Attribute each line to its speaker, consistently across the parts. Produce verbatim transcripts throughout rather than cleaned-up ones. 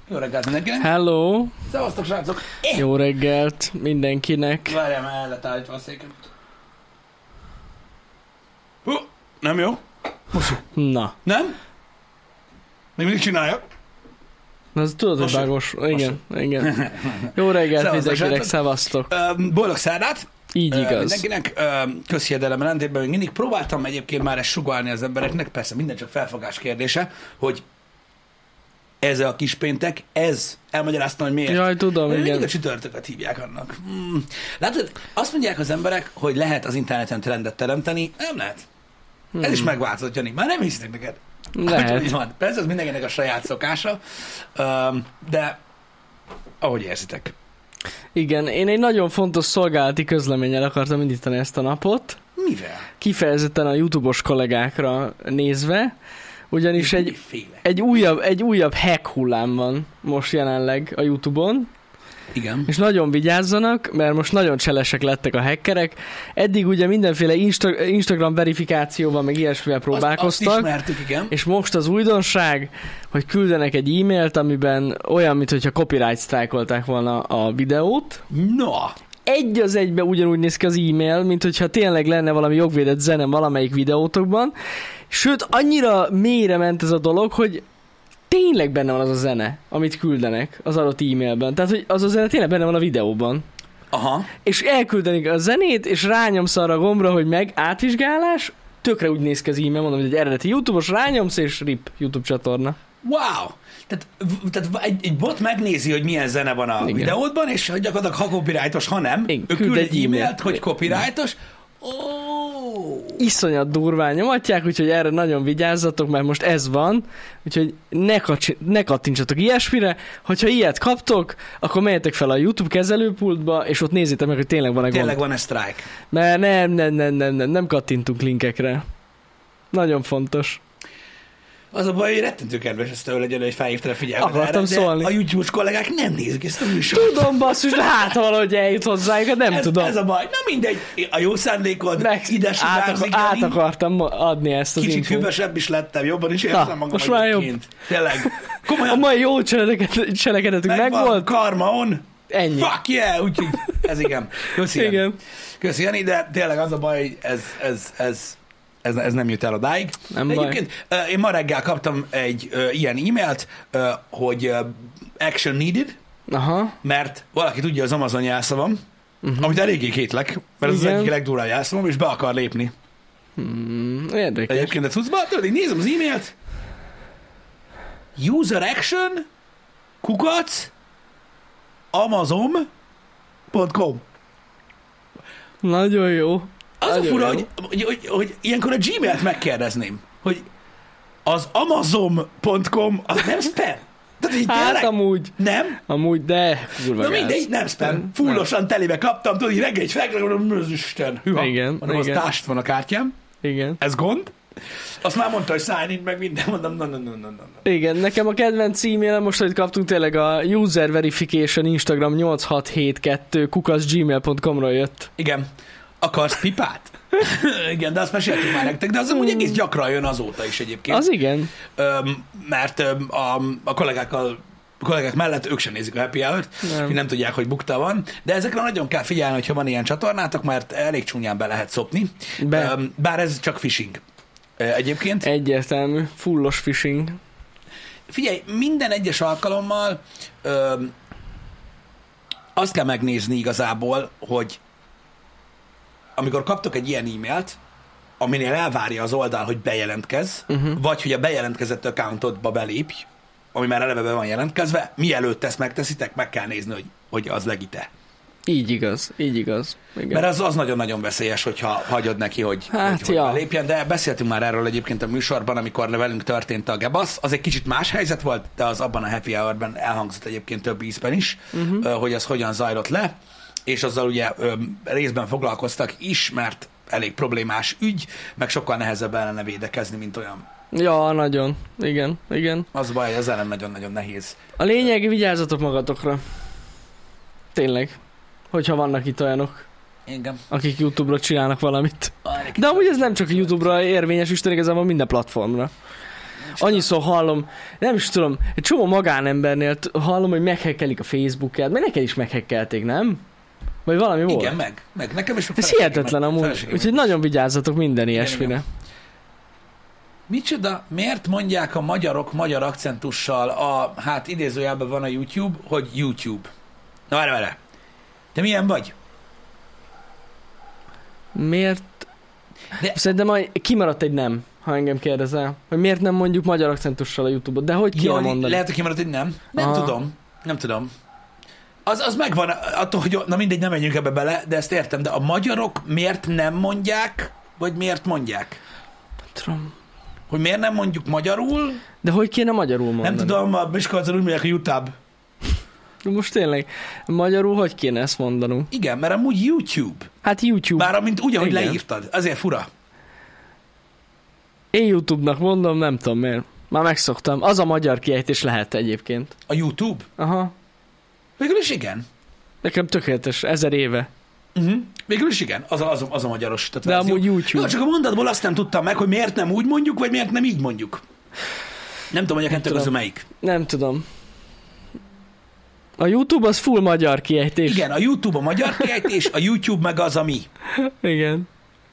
Speaker 1: Jó reggelt mindenkinek.
Speaker 2: Hello.
Speaker 1: Szevasztok, srácok.
Speaker 2: Jó reggelt mindenkinek.
Speaker 1: Várjál, már el lett állítva a széken. Hú, nem jó? Most jó.
Speaker 2: Na.
Speaker 1: Nem? Még mindig csinálja?
Speaker 2: Ez tudod, hogy vágos. Igen, igen. Jó reggelt mindenkinek, szevasztok.
Speaker 1: Boldog szerdát.
Speaker 2: Így igaz.
Speaker 1: Mindenkinek köszi edelem rendében, még mindig próbáltam egyébként már ezt sugálni az embereknek, persze minden csak felfogás kérdése, hogy ez a kispéntek, ez elmagyaráztam, hogy miért.
Speaker 2: Jaj, tudom,
Speaker 1: mindig
Speaker 2: igen.
Speaker 1: a csütörtököt hívják annak. Hmm. Látod, azt mondják az emberek, hogy lehet az interneten trendet teremteni, nem lehet. Hmm. Ez is megváltozott, Jani. Már nem hisznek neked.
Speaker 2: Lehet.
Speaker 1: Hogy van. Persze, az mindenkinek a saját szokása, de ahogy érzitek.
Speaker 2: Igen, én egy nagyon fontos szolgálati közleménnyel akartam indítani ezt a napot.
Speaker 1: Mivel?
Speaker 2: Kifejezetten a YouTube-os kollégákra nézve, ugyanis egy, egy, újabb, egy újabb hack hullám van most jelenleg a YouTube-on.
Speaker 1: Igen.
Speaker 2: És nagyon vigyázzanak, mert most nagyon cselesek lettek a hackerek. Eddig ugye mindenféle Insta- Instagram verifikációval, meg ilyesmivel próbálkoztak.
Speaker 1: Azt, azt ismertük, igen.
Speaker 2: És most az újdonság, hogy küldenek egy e-mailt, amiben olyan, mintha copyright strike-olták volna a videót.
Speaker 1: No!
Speaker 2: Egy az egybe ugyanúgy néz ki az e-mail, mint hogyha tényleg lenne valami jogvédett zene valamelyik videótokban. Sőt, annyira mélyre ment ez a dolog, hogy tényleg benne van az a zene, amit küldenek az adott e-mailben. Tehát, hogy az a zene tényleg benne van a videóban.
Speaker 1: Aha. És
Speaker 2: elküldenik a zenét, és rányomsz arra a gombra, hogy meg átvizsgálás, tökre úgy néz ki az e-mail, mondom, hogy egy eredeti YouTube-os, rányomsz, és rip YouTube csatorna.
Speaker 1: Wow! Tehát, tehát egy, egy bot megnézi, hogy milyen zene van a igen. videódban, és gyakorlatilag ha copyrightos, ha nem, igen, ő küld egy e-mailt, hogy copyrightos. Oh.
Speaker 2: Iszonyat durván nyomatják, úgyhogy erre nagyon vigyázzatok, mert most ez van, úgyhogy ne, kacsi, ne kattintsatok ilyesmire, hogyha ilyet kaptok, akkor menjetek fel a YouTube kezelőpultba, és ott nézzétek meg, hogy tényleg van-e gond.
Speaker 1: Tényleg van-e strike.
Speaker 2: Mert nem, nem, nem, nem, nem, nem kattintunk linkekre. Nagyon fontos.
Speaker 1: Az a baj, hogy rettentő kedves ezt tőle, hogy felhívtál a figyelmet
Speaker 2: Akartam
Speaker 1: erre,
Speaker 2: szólni.
Speaker 1: De a YouTube-os kollégák nem nézik ezt a műsort.
Speaker 2: Tudom, basszus, de hát valahogy eljut hozzájuk, nem
Speaker 1: ez,
Speaker 2: tudom.
Speaker 1: Ez a baj. Na mindegy, a jó szándékod
Speaker 2: Meg,
Speaker 1: ide
Speaker 2: át, át akartam adni ezt az
Speaker 1: Kicsit
Speaker 2: infót.
Speaker 1: hűvösebb is lettem, jobban is érzem magam.
Speaker 2: Most már jobb.
Speaker 1: Tényleg. Komolyan.
Speaker 2: A mai jó cselekedetünk meg, meg volt.
Speaker 1: Karma on.
Speaker 2: Ennyi.
Speaker 1: Fuck yeah, úgyhogy ez igen. Köszi,
Speaker 2: igen.
Speaker 1: Jani. Köszi, Jani, de tényleg az a baj, hogy ez, ez, ez Ez, ez nem jut el odáig.
Speaker 2: Nem
Speaker 1: De
Speaker 2: baj.
Speaker 1: egyébként uh, én ma reggel kaptam egy uh, ilyen e-mailt, uh, hogy uh, action needed,
Speaker 2: aha.
Speaker 1: mert valaki tudja az Amazon jelszavam, uh-huh. amit eléggé kétlek, mert ez
Speaker 2: igen.
Speaker 1: az egyik legdurvább jelszavam, és be akar lépni.
Speaker 2: Hmm, érdekes.
Speaker 1: Egyébként a cuccba, tudod, én nézem az e-mailt, user action, kukac, amazon pont com.
Speaker 2: Nagyon jó.
Speaker 1: Az
Speaker 2: Nagyon
Speaker 1: a fura,
Speaker 2: jó.
Speaker 1: hogy, hogy, hogy, hogy ilyenkor a Gmailt megkérdezném, hogy az amazon pont com az nem spam? Tehát,
Speaker 2: hát
Speaker 1: tényleg,
Speaker 2: amúgy.
Speaker 1: Nem?
Speaker 2: Amúgy, de kurva
Speaker 1: Na
Speaker 2: gáz.
Speaker 1: mindegy, nem spam. Fullosan telébe kaptam, tudod, így reggel egy felkelem, az Isten. Hűha.
Speaker 2: Igen,
Speaker 1: Hanem az
Speaker 2: igen.
Speaker 1: tást van a kártyám.
Speaker 2: Igen.
Speaker 1: Ez gond. Azt már mondta, hogy sign in, meg minden, mondom, na, na, na, na, na.
Speaker 2: Igen, nekem a kedvenc e-mailem most, hogy kaptunk tényleg a user verification Instagram nyolc hat hét kettő kukac gmail pont com-ról jött.
Speaker 1: Igen. Akarsz pipát? Igen, de azt meséltük már nektek, de az amúgy egész gyakran jön azóta is egyébként.
Speaker 2: Az igen.
Speaker 1: Öm, mert öm, a, a kollégákkal a kollégák mellett ők sem nézik a happy hour-t, nem. nem tudják, hogy bukta van, de ezekre nagyon kell figyelni, hogyha van ilyen csatornátok, mert elég csúnyán be lehet szopni.
Speaker 2: Be.
Speaker 1: Öm, bár ez csak phishing. Egyébként.
Speaker 2: Egyértelmű. Fullos phishing.
Speaker 1: Figyelj, minden egyes alkalommal öm, azt kell megnézni igazából, hogy amikor kaptok egy ilyen e-mailt, aminél elvárja az oldal, hogy bejelentkezz, uh-huh. vagy hogy a bejelentkezett accountodba belépj, ami már eleve be van jelentkezve, mielőtt ezt megteszitek, meg kell nézni, hogy, hogy az legite.
Speaker 2: Így igaz, így igaz. Igen.
Speaker 1: Mert az, az nagyon-nagyon veszélyes, hogyha hagyod neki, hogy,
Speaker 2: hát,
Speaker 1: hogy, hogy
Speaker 2: ja.
Speaker 1: belépjen, de beszéltünk már erről egyébként a műsorban, amikor velünk történt a gebasz. Az egy kicsit más helyzet volt, de az abban a happy hour-ben elhangzott egyébként több ízben is, uh-huh. hogy az hogyan zajlott le, és azzal ugye részben foglalkoztak is, mert elég problémás ügy, meg sokkal nehezebb ellene védekezni, mint olyan.
Speaker 2: Ja, nagyon. Igen, igen.
Speaker 1: Az baj, az ellen nagyon-nagyon nehéz.
Speaker 2: A lényeg, vigyázzatok magatokra. Tényleg. Hogyha vannak itt olyanok,
Speaker 1: igen.
Speaker 2: akik YouTube-ra csinálnak valamit. De amúgy ez nem csak a YouTube-ra érvényes, Isten igazából minden platformra. Annyiszor hallom, nem is tudom, egy csomó magánembernél t- hallom, hogy meghekkelik a Facebookját, mert neked is meghekkelték, nem? Vagy valami volt?
Speaker 1: Igen, meg. meg. Nekem is a
Speaker 2: Ez hihetetlen amúgy, úgyhogy nagyon vigyázzatok minden ilyesmire.
Speaker 1: Igen. Micsoda, miért mondják a magyarok magyar akcentussal a, hát idézőjelben van a YouTube, hogy YouTube? Na várj, várj. Te milyen vagy?
Speaker 2: Miért?
Speaker 1: De...
Speaker 2: Szerintem majd kimaradt egy nem, ha engem kérdezel. Hogy miért nem mondjuk magyar akcentussal a YouTube-ot, de hogy kéne
Speaker 1: Jaj,
Speaker 2: mondani?
Speaker 1: lehet, hogy kimaradt egy nem? Nem
Speaker 2: Aha.
Speaker 1: tudom. Nem tudom. Az, az megvan, attól, hogy na mindegy, nem menjünk ebbe bele, de ezt értem, de a magyarok miért nem mondják, vagy miért mondják?
Speaker 2: Tudom.
Speaker 1: Hogy miért nem mondjuk magyarul?
Speaker 2: De hogy kéne magyarul mondani?
Speaker 1: Nem tudom, a Miskolcon úgy mondják a YouTube.
Speaker 2: Most tényleg, magyarul hogy kéne ezt mondanunk?
Speaker 1: Igen, mert amúgy YouTube.
Speaker 2: Hát YouTube.
Speaker 1: Bár amint úgy, ahogy
Speaker 2: Igen.
Speaker 1: leírtad, azért fura.
Speaker 2: Én YouTube-nak mondom, nem tudom miért. Már megszoktam. Az a magyar kiejtés lehet egyébként.
Speaker 1: A YouTube?
Speaker 2: Aha.
Speaker 1: Végül is igen.
Speaker 2: Nekem tökéletes, ezer éve.
Speaker 1: Uh-huh. Végül is igen, az a, az a, az a magyarosított
Speaker 2: De
Speaker 1: verzió.
Speaker 2: amúgy YouTube.
Speaker 1: Jó, csak a mondatból azt nem tudtam meg, hogy miért nem úgy mondjuk, vagy miért nem így mondjuk. Nem tudom, hogy a kettő közül melyik.
Speaker 2: Nem tudom. A YouTube az full magyar kiejtés.
Speaker 1: Igen, a YouTube a magyar kiejtés, a YouTube meg az a mi.
Speaker 2: Igen.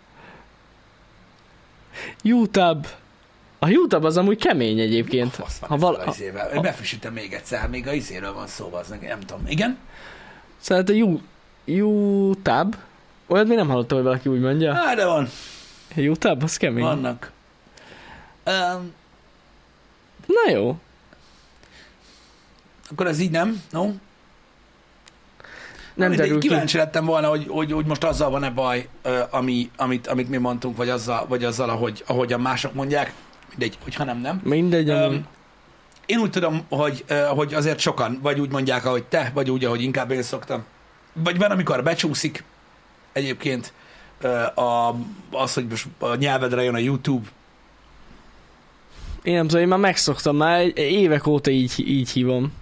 Speaker 2: YouTube. A YouTube az amúgy kemény egyébként.
Speaker 1: Fasz van
Speaker 2: Ha
Speaker 1: ezzel
Speaker 2: val-
Speaker 1: a izével.
Speaker 2: ha-
Speaker 1: Befrissítem még egyszer, még a izéről van szó, az nem tudom. Igen?
Speaker 2: Szóval a you- YouTube, olyat még nem hallottam, hogy valaki úgy mondja.
Speaker 1: Á, de van.
Speaker 2: YouTube, az kemény.
Speaker 1: Vannak. Um,
Speaker 2: Na jó.
Speaker 1: akkor ez így nem? No?
Speaker 2: Nem
Speaker 1: Mindegy,
Speaker 2: derül ki.
Speaker 1: kíváncsi lettem volna, hogy, hogy, hogy most azzal van-e baj, ö, ami, amit, amit mi mondtunk, vagy azzal, vagy azzal ahogy, ahogyan mások mondják. Mindegy, hogyha nem, nem.
Speaker 2: Mindegy, amúgy.
Speaker 1: Um, én úgy tudom, hogy, uh, hogy azért sokan vagy úgy mondják, ahogy te, vagy úgy, ahogy inkább én szoktam. Vagy van, amikor becsúszik egyébként uh, a, az, hogy most a nyelvedre jön a YouTube.
Speaker 2: Én nem tudom, én már megszoktam, már évek óta így, így hívom.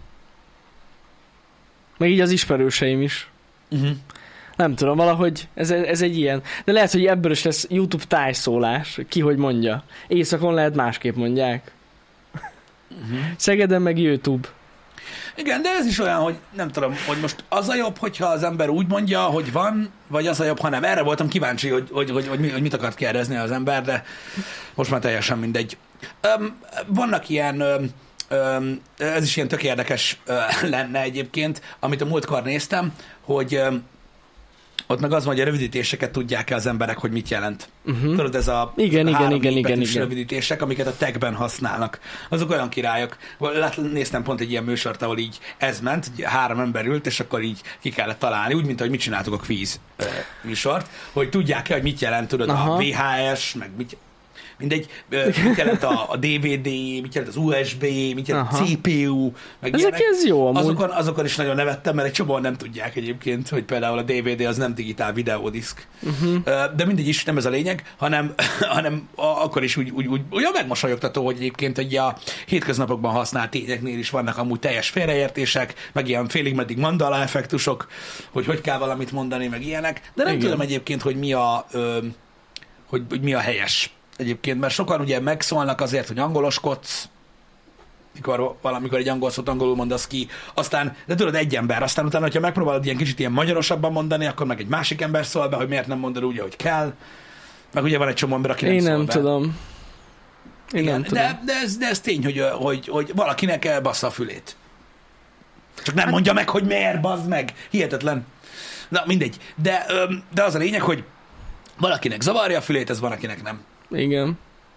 Speaker 2: Meg így az ismerőseim is.
Speaker 1: Uh-huh.
Speaker 2: Nem tudom, valahogy ez, ez egy ilyen. De lehet, hogy ebből is lesz YouTube tájszólás, ki hogy mondja. Éjszakon lehet másképp mondják.
Speaker 1: Uh-huh.
Speaker 2: Szegeden meg YouTube.
Speaker 1: Igen, de ez is olyan, hogy nem tudom, hogy most az a jobb, hogyha az ember úgy mondja, hogy van, vagy az a jobb, ha nem. Erre voltam kíváncsi, hogy, hogy, hogy, hogy, hogy mit akart kérdezni az ember, de most már teljesen mindegy. Um, vannak ilyen, um, um, ez is ilyen tök érdekes uh, lenne egyébként, amit a múltkor néztem, hogy um, ott meg az van, hogy a rövidítéseket tudják-e az emberek, hogy mit jelent.
Speaker 2: Uh-huh.
Speaker 1: Tudod, ez a
Speaker 2: Igen, igen,
Speaker 1: három
Speaker 2: igen, igen,
Speaker 1: népbetűs
Speaker 2: igen.
Speaker 1: rövidítések, amiket a techben használnak. Azok olyan királyok. Lát, néztem pont egy ilyen műsort, ahol így ez ment, hogy három ember ült, és akkor így ki kellett találni, úgy, mint ahogy mit csináltuk a quiz uh, műsort, hogy tudják-e, hogy mit jelent, tudod,
Speaker 2: Aha.
Speaker 1: a vé há es, meg mit mindegy, mit jelent a, a dé vé dé, mit jelent az u es bé, mit jelent
Speaker 2: Aha.
Speaker 1: a cé pé u, meg
Speaker 2: Ezek
Speaker 1: ilyenek.
Speaker 2: ez jó amúgy.
Speaker 1: Azokon, azokon is nagyon nevettem, mert egy csomóan nem tudják egyébként, hogy például a dé vé dé az nem digitál videódiszk.
Speaker 2: Uh-huh.
Speaker 1: De mindegy is, nem ez a lényeg, hanem, hanem a, akkor is úgy, úgy, úgy olyan megmosolyogtató, hogy egyébként hogy a hétköznapokban használt tényeknél is vannak amúgy teljes félreértések, meg ilyen félig-meddig mandala effektusok, hogy hogy kell valamit mondani, meg ilyenek. De nem
Speaker 2: Igen.
Speaker 1: tudom egyébként, hogy mi a, ö, hogy, hogy mi a helyes egyébként, mert sokan ugye megszólnak azért, hogy angoloskodsz, mikor valamikor egy angol szót angolul mondasz ki, aztán, de tudod, egy ember, aztán utána, hogyha megpróbálod ilyen kicsit ilyen magyarosabban mondani, akkor meg egy másik ember szól be, hogy miért nem mondod úgy, ahogy kell. Meg ugye van egy csomó ember, aki nem
Speaker 2: Én
Speaker 1: szól
Speaker 2: nem
Speaker 1: be.
Speaker 2: tudom. Én
Speaker 1: Igen,
Speaker 2: nem tudom.
Speaker 1: de, de, ez, de ez tény, hogy, hogy, hogy valakinek bassza a fülét. Csak nem mondja meg, hogy miért, bazd meg. Hihetetlen. Na, mindegy. De, öm, de az a lényeg, hogy valakinek zavarja a fülét, ez van, akinek nem.
Speaker 2: Igen.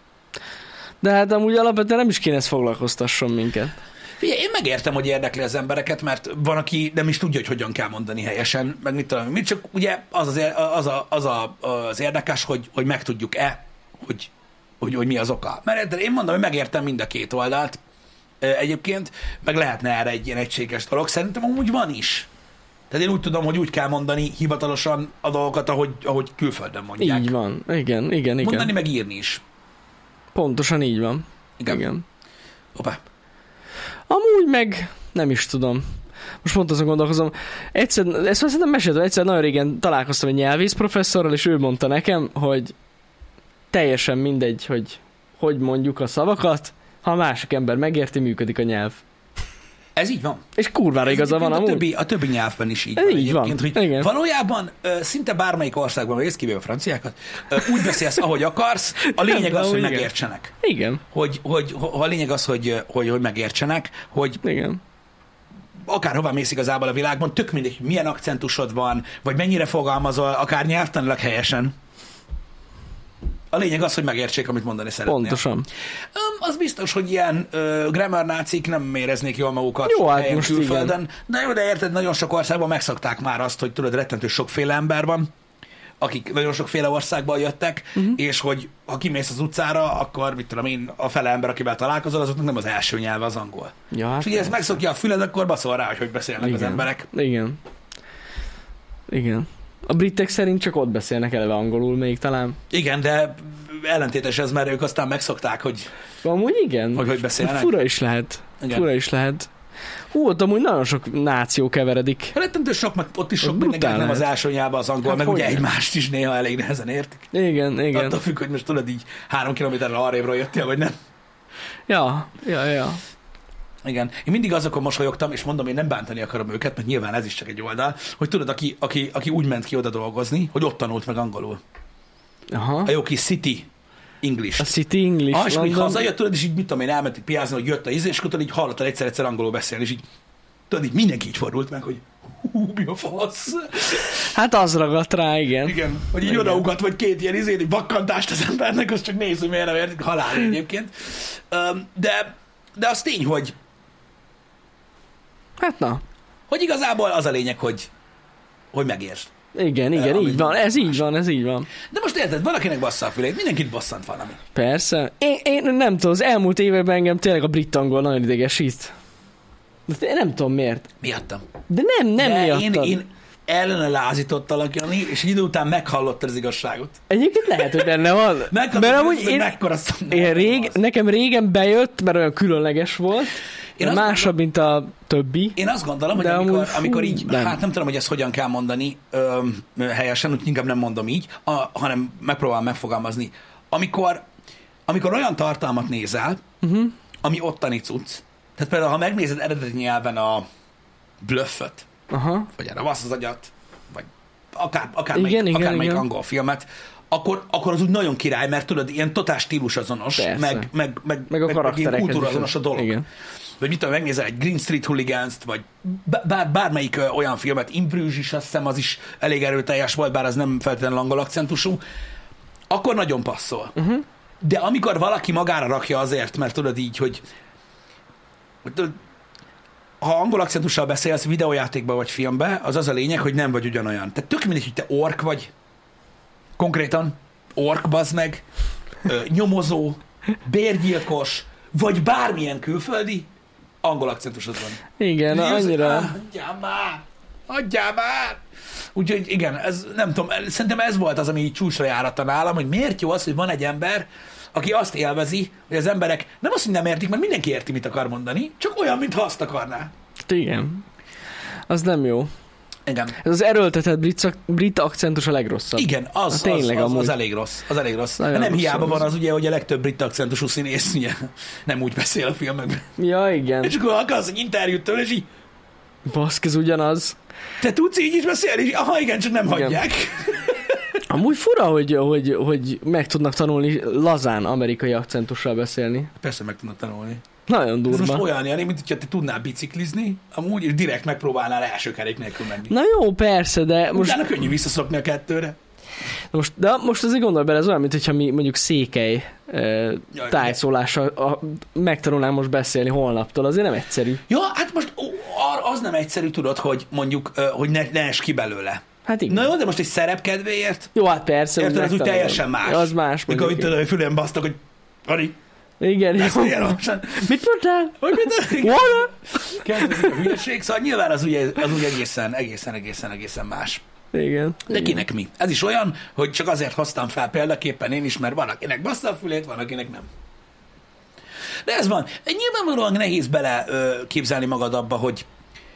Speaker 2: De hát amúgy alapvetően nem is kéne ezt foglalkoztasson minket.
Speaker 1: Figyelj, én megértem, hogy érdekli az embereket, mert van, aki nem is tudja, hogy hogyan kell mondani helyesen, meg mit tudom, mit, csak ugye az az, az, a, az, a, az érdekes, hogy, hogy megtudjuk-e, hogy, hogy, hogy mi az oka. Mert én mondom, hogy megértem mind a két oldalt egyébként, meg lehetne erre egy ilyen egységes dolog. Szerintem amúgy van is. Tehát én úgy tudom, hogy úgy kell mondani hivatalosan a dolgokat, ahogy, ahogy külföldön mondják.
Speaker 2: Így van. Igen, igen, igen.
Speaker 1: Mondani meg írni is.
Speaker 2: Pontosan így van.
Speaker 1: Igen.
Speaker 2: Igen.
Speaker 1: Hoppá.
Speaker 2: Amúgy meg nem is tudom. Most pont azon gondolkozom. Egyszer, ezt már szerintem meséltem, egyszer nagyon régen találkoztam egy nyelvész professzorral, és ő mondta nekem, hogy teljesen mindegy, hogy hogy mondjuk a szavakat, Ha a másik ember megérti, működik a nyelv.
Speaker 1: Ez így van.
Speaker 2: És kurvára
Speaker 1: Ez
Speaker 2: igaza van
Speaker 1: a
Speaker 2: amúgy.
Speaker 1: többi, a többi nyelvben is így
Speaker 2: Ez
Speaker 1: van.
Speaker 2: így van.
Speaker 1: Hogy
Speaker 2: Igen.
Speaker 1: valójában ö, szinte bármelyik országban, vagy kivéve a franciákat, ö, úgy beszélsz, ahogy akarsz, a lényeg az, hogy
Speaker 2: Igen.
Speaker 1: megértsenek.
Speaker 2: Igen.
Speaker 1: Hogy, hogy, hogy a lényeg az, hogy, hogy, hogy megértsenek, hogy
Speaker 2: Igen.
Speaker 1: akárhová mész igazából a világban, tök mindegy, hogy milyen akcentusod van, vagy mennyire fogalmazol, akár nyelvtanilag helyesen. A lényeg az, hogy megértsék, amit mondani szeretnél.
Speaker 2: Pontosan.
Speaker 1: Um, az biztos, hogy ilyen uh, grammar nácik nem éreznék jól magukat
Speaker 2: Jó, hát
Speaker 1: helyen
Speaker 2: most
Speaker 1: külföldön.
Speaker 2: igen.
Speaker 1: De jó, de érted, nagyon sok országban megszokták már azt, hogy tudod, rettentő sokféle ember van, akik nagyon sokféle országból jöttek, uh-huh. és hogy ha kimész az utcára, akkor mit tudom én, a fele ember, akivel találkozol, azoknak nem az első nyelve az angol.
Speaker 2: Ja, hát
Speaker 1: és ugye ez megszokja a füled, akkor baszol rá, hogy hogy beszélnek
Speaker 2: igen.
Speaker 1: az emberek.
Speaker 2: Igen. Igen. A britek szerint csak ott beszélnek eleve angolul még talán.
Speaker 1: Igen, de ellentétes ez, mert ők aztán megszokták, hogy
Speaker 2: Amúgy igen.
Speaker 1: hogy, hogy beszélnek.
Speaker 2: Fura is lehet.
Speaker 1: Igen.
Speaker 2: Fura is lehet. Hú, ott amúgy nagyon sok náció keveredik.
Speaker 1: Rettentő sok, meg ott is sok
Speaker 2: Az
Speaker 1: mindenkinek nem
Speaker 2: brutál
Speaker 1: az
Speaker 2: lehet.
Speaker 1: első nyelve az angol,
Speaker 2: Hát
Speaker 1: meg ugye
Speaker 2: hogyne.
Speaker 1: egymást is néha elég nehezen értik.
Speaker 2: Igen, igen.
Speaker 1: Attól függ, hogy most tudod így három kilométerre arrébről jöttél, vagy nem.
Speaker 2: Ja, ja, ja.
Speaker 1: Igen. Én mindig azokon mosolyogtam, és mondom, én nem bántani akarom őket, mert nyilván ez is csak egy oldal, hogy tudod, aki, aki, aki úgy ment ki oda dolgozni, hogy ott tanult meg angolul.
Speaker 2: Aha.
Speaker 1: A jó kis City English.
Speaker 2: A City English.
Speaker 1: Ah, és akkor így
Speaker 2: London.
Speaker 1: hazajött, tudod, és így mit tudom én, elmentek piázni, hogy jött a íz, és akkor tudod, így hallottad egyszer-egyszer angolul beszélni, és így tudod, így mindenki így fordult meg, hogy hú, mi a fasz.
Speaker 2: Hát az ragadt rá, igen.
Speaker 1: Igen, hogy így
Speaker 2: Igen.
Speaker 1: odaugat, vagy két ilyen izét, egy vakkantást az embernek, az csak néz, hogy miért nem értik, halál egyébként. Öm, De, de az tény, hogy,
Speaker 2: Hát na.
Speaker 1: hogy igazából az a lényeg, hogy, hogy megértsd.
Speaker 2: Igen, igen,
Speaker 1: amit
Speaker 2: így van. Ez
Speaker 1: mondás.
Speaker 2: így van, ez így van.
Speaker 1: De most érted, valakinek bassza a fülét, mindenkit basszant valami.
Speaker 2: Persze. Én, én nem tudom, az elmúlt években engem tényleg a brit angol nagyon idegesít. De én nem tudom miért.
Speaker 1: Miattam.
Speaker 2: De nem, nem
Speaker 1: De
Speaker 2: miattad.
Speaker 1: én, én ellene lázítottalak, Jani, és egy idő után meghallottad az igazságot.
Speaker 2: Egyébként lehet, hogy benne van.
Speaker 1: Meghallottad,
Speaker 2: Mert amúgy
Speaker 1: hogy
Speaker 2: én,
Speaker 1: mekkora
Speaker 2: én rég, nekem régen bejött, mert olyan különleges volt.
Speaker 1: Én
Speaker 2: Én
Speaker 1: azt
Speaker 2: másabb, mint a többi.
Speaker 1: Én azt gondolom, hogy
Speaker 2: De
Speaker 1: amikor,
Speaker 2: amúgy, fú,
Speaker 1: amikor így,
Speaker 2: nem.
Speaker 1: hát nem tudom, hogy ezt hogyan kell mondani öm, helyesen, úgy inkább nem mondom így, a, hanem megpróbálom megfogalmazni. Amikor, amikor olyan tartalmat nézel, uh-huh. ami ottani cucc, tehát például, ha megnézed eredeti nyelven a Bluffot,
Speaker 2: Aha.
Speaker 1: vagy a Ravasz az agyat, vagy akár, akár
Speaker 2: Igen,
Speaker 1: melyik,
Speaker 2: igen,
Speaker 1: akár melyik
Speaker 2: igen.
Speaker 1: angol filmet, akkor, akkor az úgy nagyon király, mert tudod, ilyen totál stílusazonos,
Speaker 2: Persze.
Speaker 1: meg, meg, meg,
Speaker 2: Meg a
Speaker 1: ilyen
Speaker 2: karakterek.
Speaker 1: kultúrazonos a dolog.
Speaker 2: Igen.
Speaker 1: Vagy mit tudom, megnézel egy Green Street Hooligans-t, vagy bár, bármelyik ö, olyan filmet, In Bruges is, azt hiszem, az is elég erőteljes volt, bár az nem feltétlenül angol akcentusú, akkor nagyon passzol. Uh-huh. De amikor valaki magára rakja azért, mert tudod így, hogy, hogy tudod, ha angol akcentussal beszélsz videójátékban vagy filmben, az az a lényeg, hogy nem vagy ugyanolyan. Tehát tök mindegy, hogy te ork vagy, konkrétan ork, bazd meg, ö, nyomozó, bérgyilkos, vagy bármilyen külföldi, angol akcentusod van.
Speaker 2: Igen,
Speaker 1: Így az-
Speaker 2: annyira.
Speaker 1: Ah, Adjál már! Adjál már! Úgyhogy igen, ez, nem tudom, szerintem ez volt az, ami így csúcsra járatta nálam, hogy miért jó az, hogy van egy ember, aki azt élvezi, hogy az emberek nem azt, hogy nem értik, mert mindenki érti, mit akar mondani, csak olyan, mintha azt akarná.
Speaker 2: Igen. Az nem jó.
Speaker 1: Igen.
Speaker 2: Ez az erőltetett brit, szak- brit akcentus a legrosszabb.
Speaker 1: Igen, az, az,
Speaker 2: tényleg
Speaker 1: az, az,
Speaker 2: amúgy.
Speaker 1: elég rossz. Az elég rossz.
Speaker 2: Nagyon
Speaker 1: Nem
Speaker 2: rossz
Speaker 1: hiába
Speaker 2: az.
Speaker 1: van az ugye, hogy a legtöbb brit akcentusú színész ugye, nem úgy beszél a filmekben.
Speaker 2: Ja, igen.
Speaker 1: És akkor akarsz egy interjút tőle, és így,
Speaker 2: Baszk, ez ugyanaz.
Speaker 1: te tudsz így is beszélni? És aha, igen, csak nem
Speaker 2: Igen.
Speaker 1: hagyják.
Speaker 2: Amúgy fura, hogy, hogy, hogy meg tudnak tanulni lazán amerikai akcentussal beszélni.
Speaker 1: Persze meg tudnak tanulni.
Speaker 2: Nagyon
Speaker 1: Ez
Speaker 2: durva.
Speaker 1: most olyan, Jani, mint hogyha te tudnál biciklizni, amúgy és direkt megpróbálnál első kerék nélkül menni.
Speaker 2: Na jó, persze, de most,
Speaker 1: Utána könnyű visszaszokni a kettőre.
Speaker 2: most, de most azért gondolj bele, ez olyan, mint hogyha mi mondjuk Székely eh,
Speaker 1: Jaj,
Speaker 2: tájszólással a, megtanulnánk most beszélni holnaptól, azért nem egyszerű.
Speaker 1: Ja, hát most ó, ar- az nem egyszerű, tudod, hogy mondjuk, ö, hogy ne, ne ess ki belőle.
Speaker 2: Hát igen.
Speaker 1: Na jó, de most egy szerep kedvéért,
Speaker 2: Jó, hát persze. hogy
Speaker 1: érted, az úgy
Speaker 2: megtanulom.
Speaker 1: teljesen más.
Speaker 2: Az más.
Speaker 1: Mikor
Speaker 2: mondjuk.
Speaker 1: itt tudod, hogy fülem basztak, hogy Ari,
Speaker 2: Igen,
Speaker 1: ezt
Speaker 2: jó.
Speaker 1: ilyen lassan.
Speaker 2: Mit mondtál?
Speaker 1: Hogy mit?
Speaker 2: What?
Speaker 1: Kezdődik a hülyeség, szóval nyilván az ugye, az ugye egészen, egészen, egészen, egészen más.
Speaker 2: Igen.
Speaker 1: De kinek mi? Ez is olyan, hogy csak azért hoztam fel példaképpen én is, mert van, akinek bassza a fülét, van, akinek nem. De ez van. Nyilvánvalóan nehéz bele ö, képzelni magad abba, hogy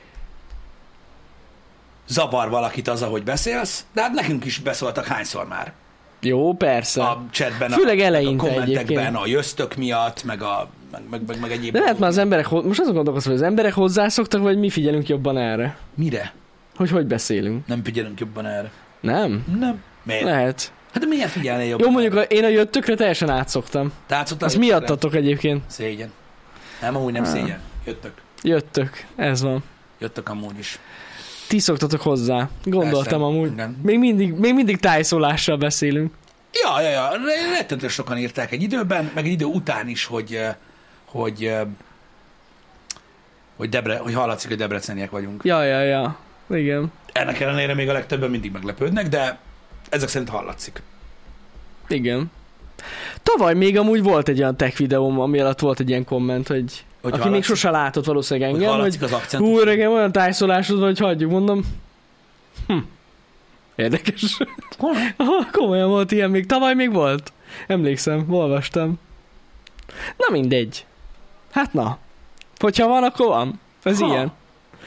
Speaker 1: zavar valakit az, ahogy beszélsz, de hát nekünk is beszóltak hányszor már.
Speaker 2: Jó, persze.
Speaker 1: A chatben,
Speaker 2: Főleg
Speaker 1: a,
Speaker 2: eleinte
Speaker 1: a kommentekben,
Speaker 2: egyébként.
Speaker 1: a jöztök miatt, meg a meg, meg, meg, meg egyéb.
Speaker 2: De lehet már az emberek, most azon gondolkozom, hogy az emberek hozzászoktak, vagy mi figyelünk jobban erre?
Speaker 1: Mire?
Speaker 2: Hogy hogy beszélünk?
Speaker 1: Nem figyelünk jobban erre.
Speaker 2: Nem?
Speaker 1: Nem. Miért?
Speaker 2: Lehet.
Speaker 1: Hát de miért figyelnél jobban?
Speaker 2: Jó, mondjuk a, én a jöttökre teljesen átszoktam. Azt miattatok egyébként?
Speaker 1: Szégyen. Nem, amúgy nem
Speaker 2: Há.
Speaker 1: szégyen. Jöttök.
Speaker 2: Jöttök, ez van.
Speaker 1: Jöttök amúgy is.
Speaker 2: Ti szoktatok hozzá. Gondoltam
Speaker 1: Persze,
Speaker 2: amúgy.
Speaker 1: igen.
Speaker 2: Még mindig, még mindig tájszólással beszélünk.
Speaker 1: Ja, ja, ja. Rettentően sokan írták egy időben, meg egy idő után is, hogy, eh, hogy, eh, hogy, Debre, hogy hallatszik, hogy debreceniek vagyunk.
Speaker 2: Ja, ja, ja. Igen.
Speaker 1: Ennek ellenére még a legtöbben mindig meglepődnek, de ezek szerint hallatszik.
Speaker 2: Igen. Tavaly még amúgy volt egy olyan tech videóm, ami alatt volt egy ilyen komment, hogy,
Speaker 1: Hogy
Speaker 2: aki
Speaker 1: hallatszik,
Speaker 2: még sose látott valószínűleg
Speaker 1: hogy
Speaker 2: engem,
Speaker 1: hallatszik
Speaker 2: hogy
Speaker 1: az akcentus.
Speaker 2: hú, öregem, olyan tájszólásod van, hogy hagyjuk, mondom. Hm. Érdekes. Aha, komolyan volt ilyen még. Tavaly még volt. Emlékszem, olvastam. Na mindegy. Hát na. Hogyha van, akkor van. Ez
Speaker 1: Ha.
Speaker 2: ilyen.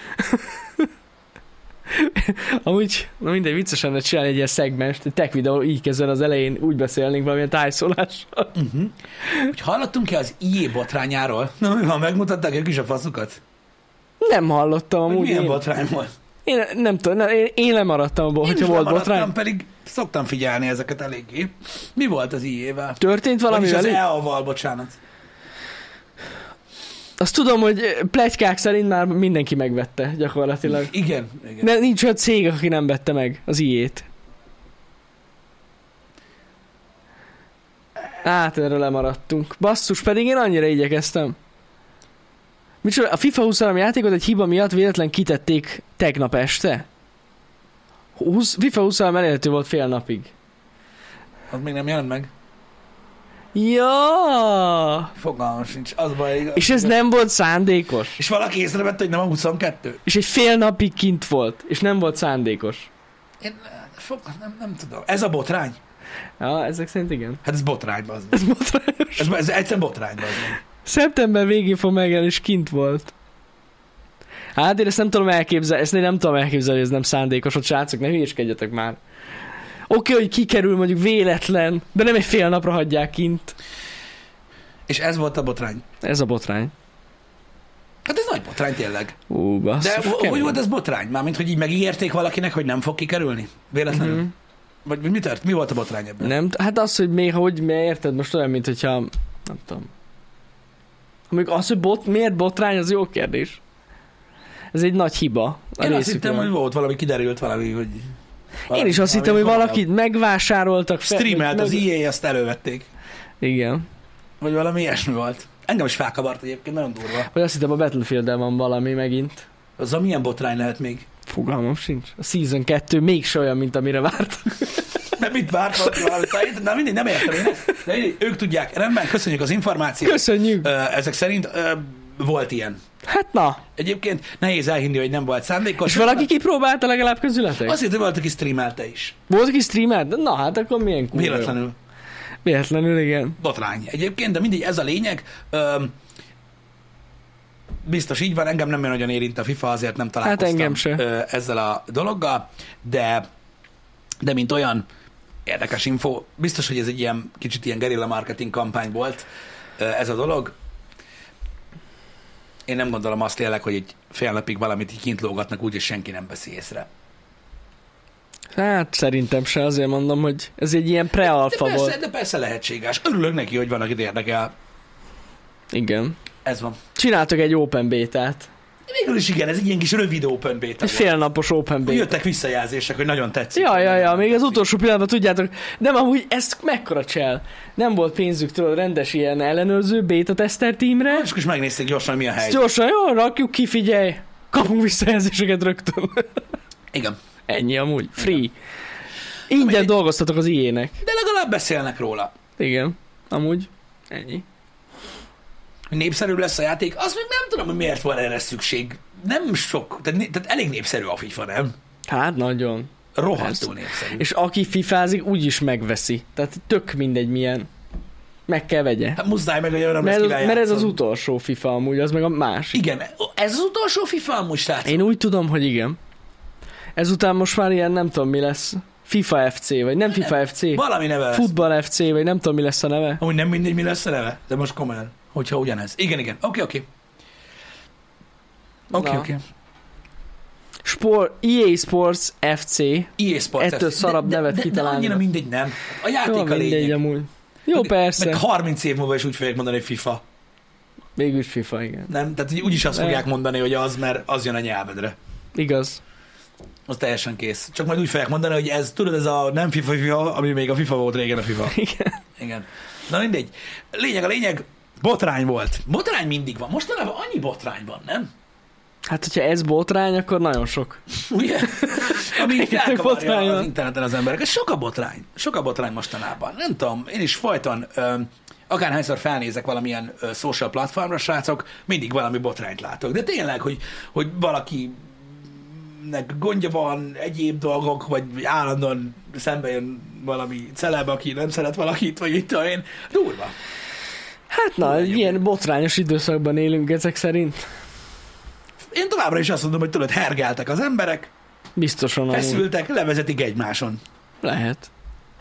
Speaker 2: Amúgy, na mindegy, vicces lenne csinálni egy ilyen szegmest, egy tech videó így kezden az elején, úgy beszélnénk valamilyen tájszólással.
Speaker 1: Uh-huh. Hogy hallottunk-e az i á botrányáról? Na mi van, megmutatták ők is a faszukat?
Speaker 2: Nem hallottam
Speaker 1: Hogy
Speaker 2: amúgy.
Speaker 1: milyen
Speaker 2: Én,
Speaker 1: botrány volt?
Speaker 2: én nem tudom, nem, én, én lemaradtam abból,
Speaker 1: Én
Speaker 2: hogyha
Speaker 1: is
Speaker 2: volt
Speaker 1: lemaradtam,
Speaker 2: botrány.
Speaker 1: pedig szoktam figyelni ezeket eléggé. Mi volt az i á-vel?
Speaker 2: Történt valami
Speaker 1: Vagyis az
Speaker 2: velük?
Speaker 1: e á-val, bocsánat.
Speaker 2: Azt tudom, hogy pletykák szerint már mindenki megvette gyakorlatilag.
Speaker 1: Igen, igen.
Speaker 2: De nincs olyan cég, aki nem vette meg az i á-t. Hát erről lemaradtunk. Basszus, pedig én annyira igyekeztem. Micsoda, a FIFA huszonhárom játékot egy hiba miatt véletlen kitették tegnap este? húsz, FIFA huszonhárom elérhető volt fél napig.
Speaker 1: Az még nem jelent meg.
Speaker 2: Ja!
Speaker 1: Fogalmam sincs. Az baj, igaz.
Speaker 2: És ez nem volt szándékos.
Speaker 1: És valaki észrevette, hogy nem a huszonkettő?
Speaker 2: És egy fél napig kint volt. És nem volt szándékos.
Speaker 1: Én fog, nem, nem tudom. Ez a botrány?
Speaker 2: Ja, ezek szerint igen.
Speaker 1: Hát ez botrány, bazd.
Speaker 2: Ez botrányos.
Speaker 1: Ez, ez egyszerűen botrány, bazd.
Speaker 2: Szeptember végén fog megjelenni, és kint volt. Hát én ezt nem tudom elképzelni, ezt én nem tudom elképzelni, hogy ez nem szándékos, hogy srácok, ne hülyéskedjetek már. Oké, okay, hogy kikerül mondjuk véletlen, de nem egy fél napra hagyják kint.
Speaker 1: És ez volt a botrány.
Speaker 2: Ez a botrány.
Speaker 1: Hát ez nagy botrány tényleg.
Speaker 2: Ú, basszus.
Speaker 1: De
Speaker 2: kemény.
Speaker 1: hogy volt ez botrány? Mármint, hogy így megígérték valakinek, hogy nem fog kikerülni? Véletlenül?
Speaker 2: Mhm.
Speaker 1: Vagy mi tört? Mi volt a botrány ebben?
Speaker 2: Nem, hát az, hogy még hogy, miért érted most olyan, mint hogyha, nem tudom. Még az, hogy bot, miért botrány, az jó kérdés. Ez egy nagy hiba. A
Speaker 1: Én azt
Speaker 2: részükről.
Speaker 1: hittem, hogy volt valami, kiderült valami, hogy...
Speaker 2: Én is azt hittem, hogy valakit megvásároltak. fel-
Speaker 1: Streamelt
Speaker 2: meg-
Speaker 1: az i á, azt elővették.
Speaker 2: Igen.
Speaker 1: Vagy valami ilyesmi volt. Engem is felkavart egyébként, nagyon durva.
Speaker 2: Vagy azt hittem a Battlefield-el van valami megint.
Speaker 1: Az a milyen botrány lehet még?
Speaker 2: Fogalmam sincs. A Season kettő mégse olyan, mint amire várt.
Speaker 1: Nem mit várt valamit? Na mindig nem értem én ezt. De mindig, ők tudják. Rendben, köszönjük az információt.
Speaker 2: Köszönjük.
Speaker 1: Ö, Ezek szerint ö, volt ilyen.
Speaker 2: Hát na.
Speaker 1: Egyébként nehéz elhinni, hogy nem volt szándékos.
Speaker 2: És valaki kipróbálta legalább közületek?
Speaker 1: Azért, hogy volt, aki streamelte is.
Speaker 2: Volt, aki streamelt? Na hát akkor milyen kurva. jó.
Speaker 1: Véletlenül.
Speaker 2: Véletlenül, igen.
Speaker 1: Botrány. Egyébként, de mindig ez a lényeg. Ö, biztos így van, engem nem nagyon érint a FIFA, azért nem találkoztam
Speaker 2: Hát engem se.
Speaker 1: ö, ezzel a dologgal, de, de mint olyan érdekes info, biztos, hogy ez egy ilyen kicsit ilyen gerilla marketing kampány volt ö, ez a dolog. Én nem gondolom azt tényleg, hogy egy fél napig valamit így kint lógatnak úgy, és senki nem veszi észre.
Speaker 2: Hát szerintem se, azért mondom, hogy ez egy ilyen
Speaker 1: De
Speaker 2: pre-alfa
Speaker 1: persze,
Speaker 2: volt.
Speaker 1: de persze lehetséges. Örülök neki, hogy van, akit érdekel.
Speaker 2: Igen.
Speaker 1: Ez van.
Speaker 2: Csináltak egy open bétát.
Speaker 1: Végül is igen, ez egy ilyen kis rövid open beta
Speaker 2: Egy
Speaker 1: volt.
Speaker 2: félnapos open beta.
Speaker 1: Jöttek visszajelzések, hogy nagyon tetszik.
Speaker 2: Ja, ja, ja, még az utolsó pillanatban tudjátok, de amúgy ez mekkora csel. Nem volt pénzük, tudod, rendes ilyen ellenőrző beta tester teamre.
Speaker 1: És akkor is megnézték gyorsan, mi a
Speaker 2: Ezt
Speaker 1: helyzet.
Speaker 2: gyorsan, jó, rakjuk ki, figyelj. Kapunk visszajelzéseket rögtön.
Speaker 1: Igen.
Speaker 2: Ennyi amúgy, free. Ingyen dolgoztatok az i á-nek.
Speaker 1: De legalább beszélnek róla.
Speaker 2: Igen, amúgy. Ennyi.
Speaker 1: Hogy népszerű lesz a játék, azt még nem tudom, hogy miért van erre szükség. Nem sok, tehát, né- tehát elég népszerű a FIFA, nem?
Speaker 2: Hát nagyon.
Speaker 1: Rohadtul
Speaker 2: Persze.
Speaker 1: népszerű.
Speaker 2: És aki fifázik, úgyis megveszi. Tehát tök mindegy milyen. Meg kell vegye.
Speaker 1: Hát muszáj meg, hogy olyan
Speaker 2: Mert,
Speaker 1: lesz,
Speaker 2: mert
Speaker 1: kivel
Speaker 2: ez az
Speaker 1: játszol.
Speaker 2: utolsó FIFA amúgy, az meg a másik.
Speaker 1: Igen, ez az utolsó FIFA amúgy, srác.
Speaker 2: Én úgy tudom, hogy igen. Ezután most már ilyen nem tudom mi lesz. FIFA ef cé, vagy nem FIFA ef cé.
Speaker 1: Valami neve lesz.
Speaker 2: Football ef cé, vagy nem tudom mi lesz a neve.
Speaker 1: Amúgy nem mindegy, mi lesz a neve, de most komolyan. Hogyha ugyanez. Igen, igen. Oké, oké. Oké,
Speaker 2: Na.
Speaker 1: oké.
Speaker 2: Sport, e á Sports ef cé.
Speaker 1: e á Sports.
Speaker 2: Ettől
Speaker 1: F C.
Speaker 2: szarabb
Speaker 1: de,
Speaker 2: nevet
Speaker 1: de, de, de
Speaker 2: kitalálni.
Speaker 1: annyira mindegy, nem. A játék
Speaker 2: Jó,
Speaker 1: a
Speaker 2: mindegy
Speaker 1: lényeg.
Speaker 2: amúgy. Jó, persze.
Speaker 1: Meg harminc év múlva is úgy fogják mondani, hogy FIFA.
Speaker 2: Mégis FIFA, igen.
Speaker 1: Nem? Tehát úgy is azt
Speaker 2: Nem.
Speaker 1: fogják mondani, hogy az, mert az jön a nyelvedre.
Speaker 2: Igaz.
Speaker 1: Az teljesen kész. Csak majd úgy fogják mondani, hogy ez, tudod, ez a nem FIFA, FIFA, ami még a FIFA volt régen a FIFA.
Speaker 2: Igen.
Speaker 1: Igen. Na mindegy. Lényeg a lényeg, botrány volt. Botrány mindig van. Mostanában annyi botrány van, nem?
Speaker 2: Hát, hogyha ez botrány, akkor nagyon sok.
Speaker 1: Ugye? Ami
Speaker 2: Rengeteg botrány
Speaker 1: felkavarja az
Speaker 2: van.
Speaker 1: interneten az emberek. Ez sok a botrány. Sok a botrány mostanában. Nem tudom, én is folyton, ö, akárhányszor felnézek valamilyen ö, social platformra, srácok, mindig valami botrányt látok. De tényleg, hogy, hogy valaki nek gondja van, egyéb dolgok, vagy állandóan szembe jön valami celeb, aki nem szeret valakit, vagy itt tudom én. Durva.
Speaker 2: Hát na, egy ilyen botrányos időszakban élünk ezek szerint.
Speaker 1: Én továbbra is azt mondom, hogy tudod, hergeltek az emberek,
Speaker 2: Biztosan amúgy.
Speaker 1: feszültek, levezetik egymáson
Speaker 2: Lehet.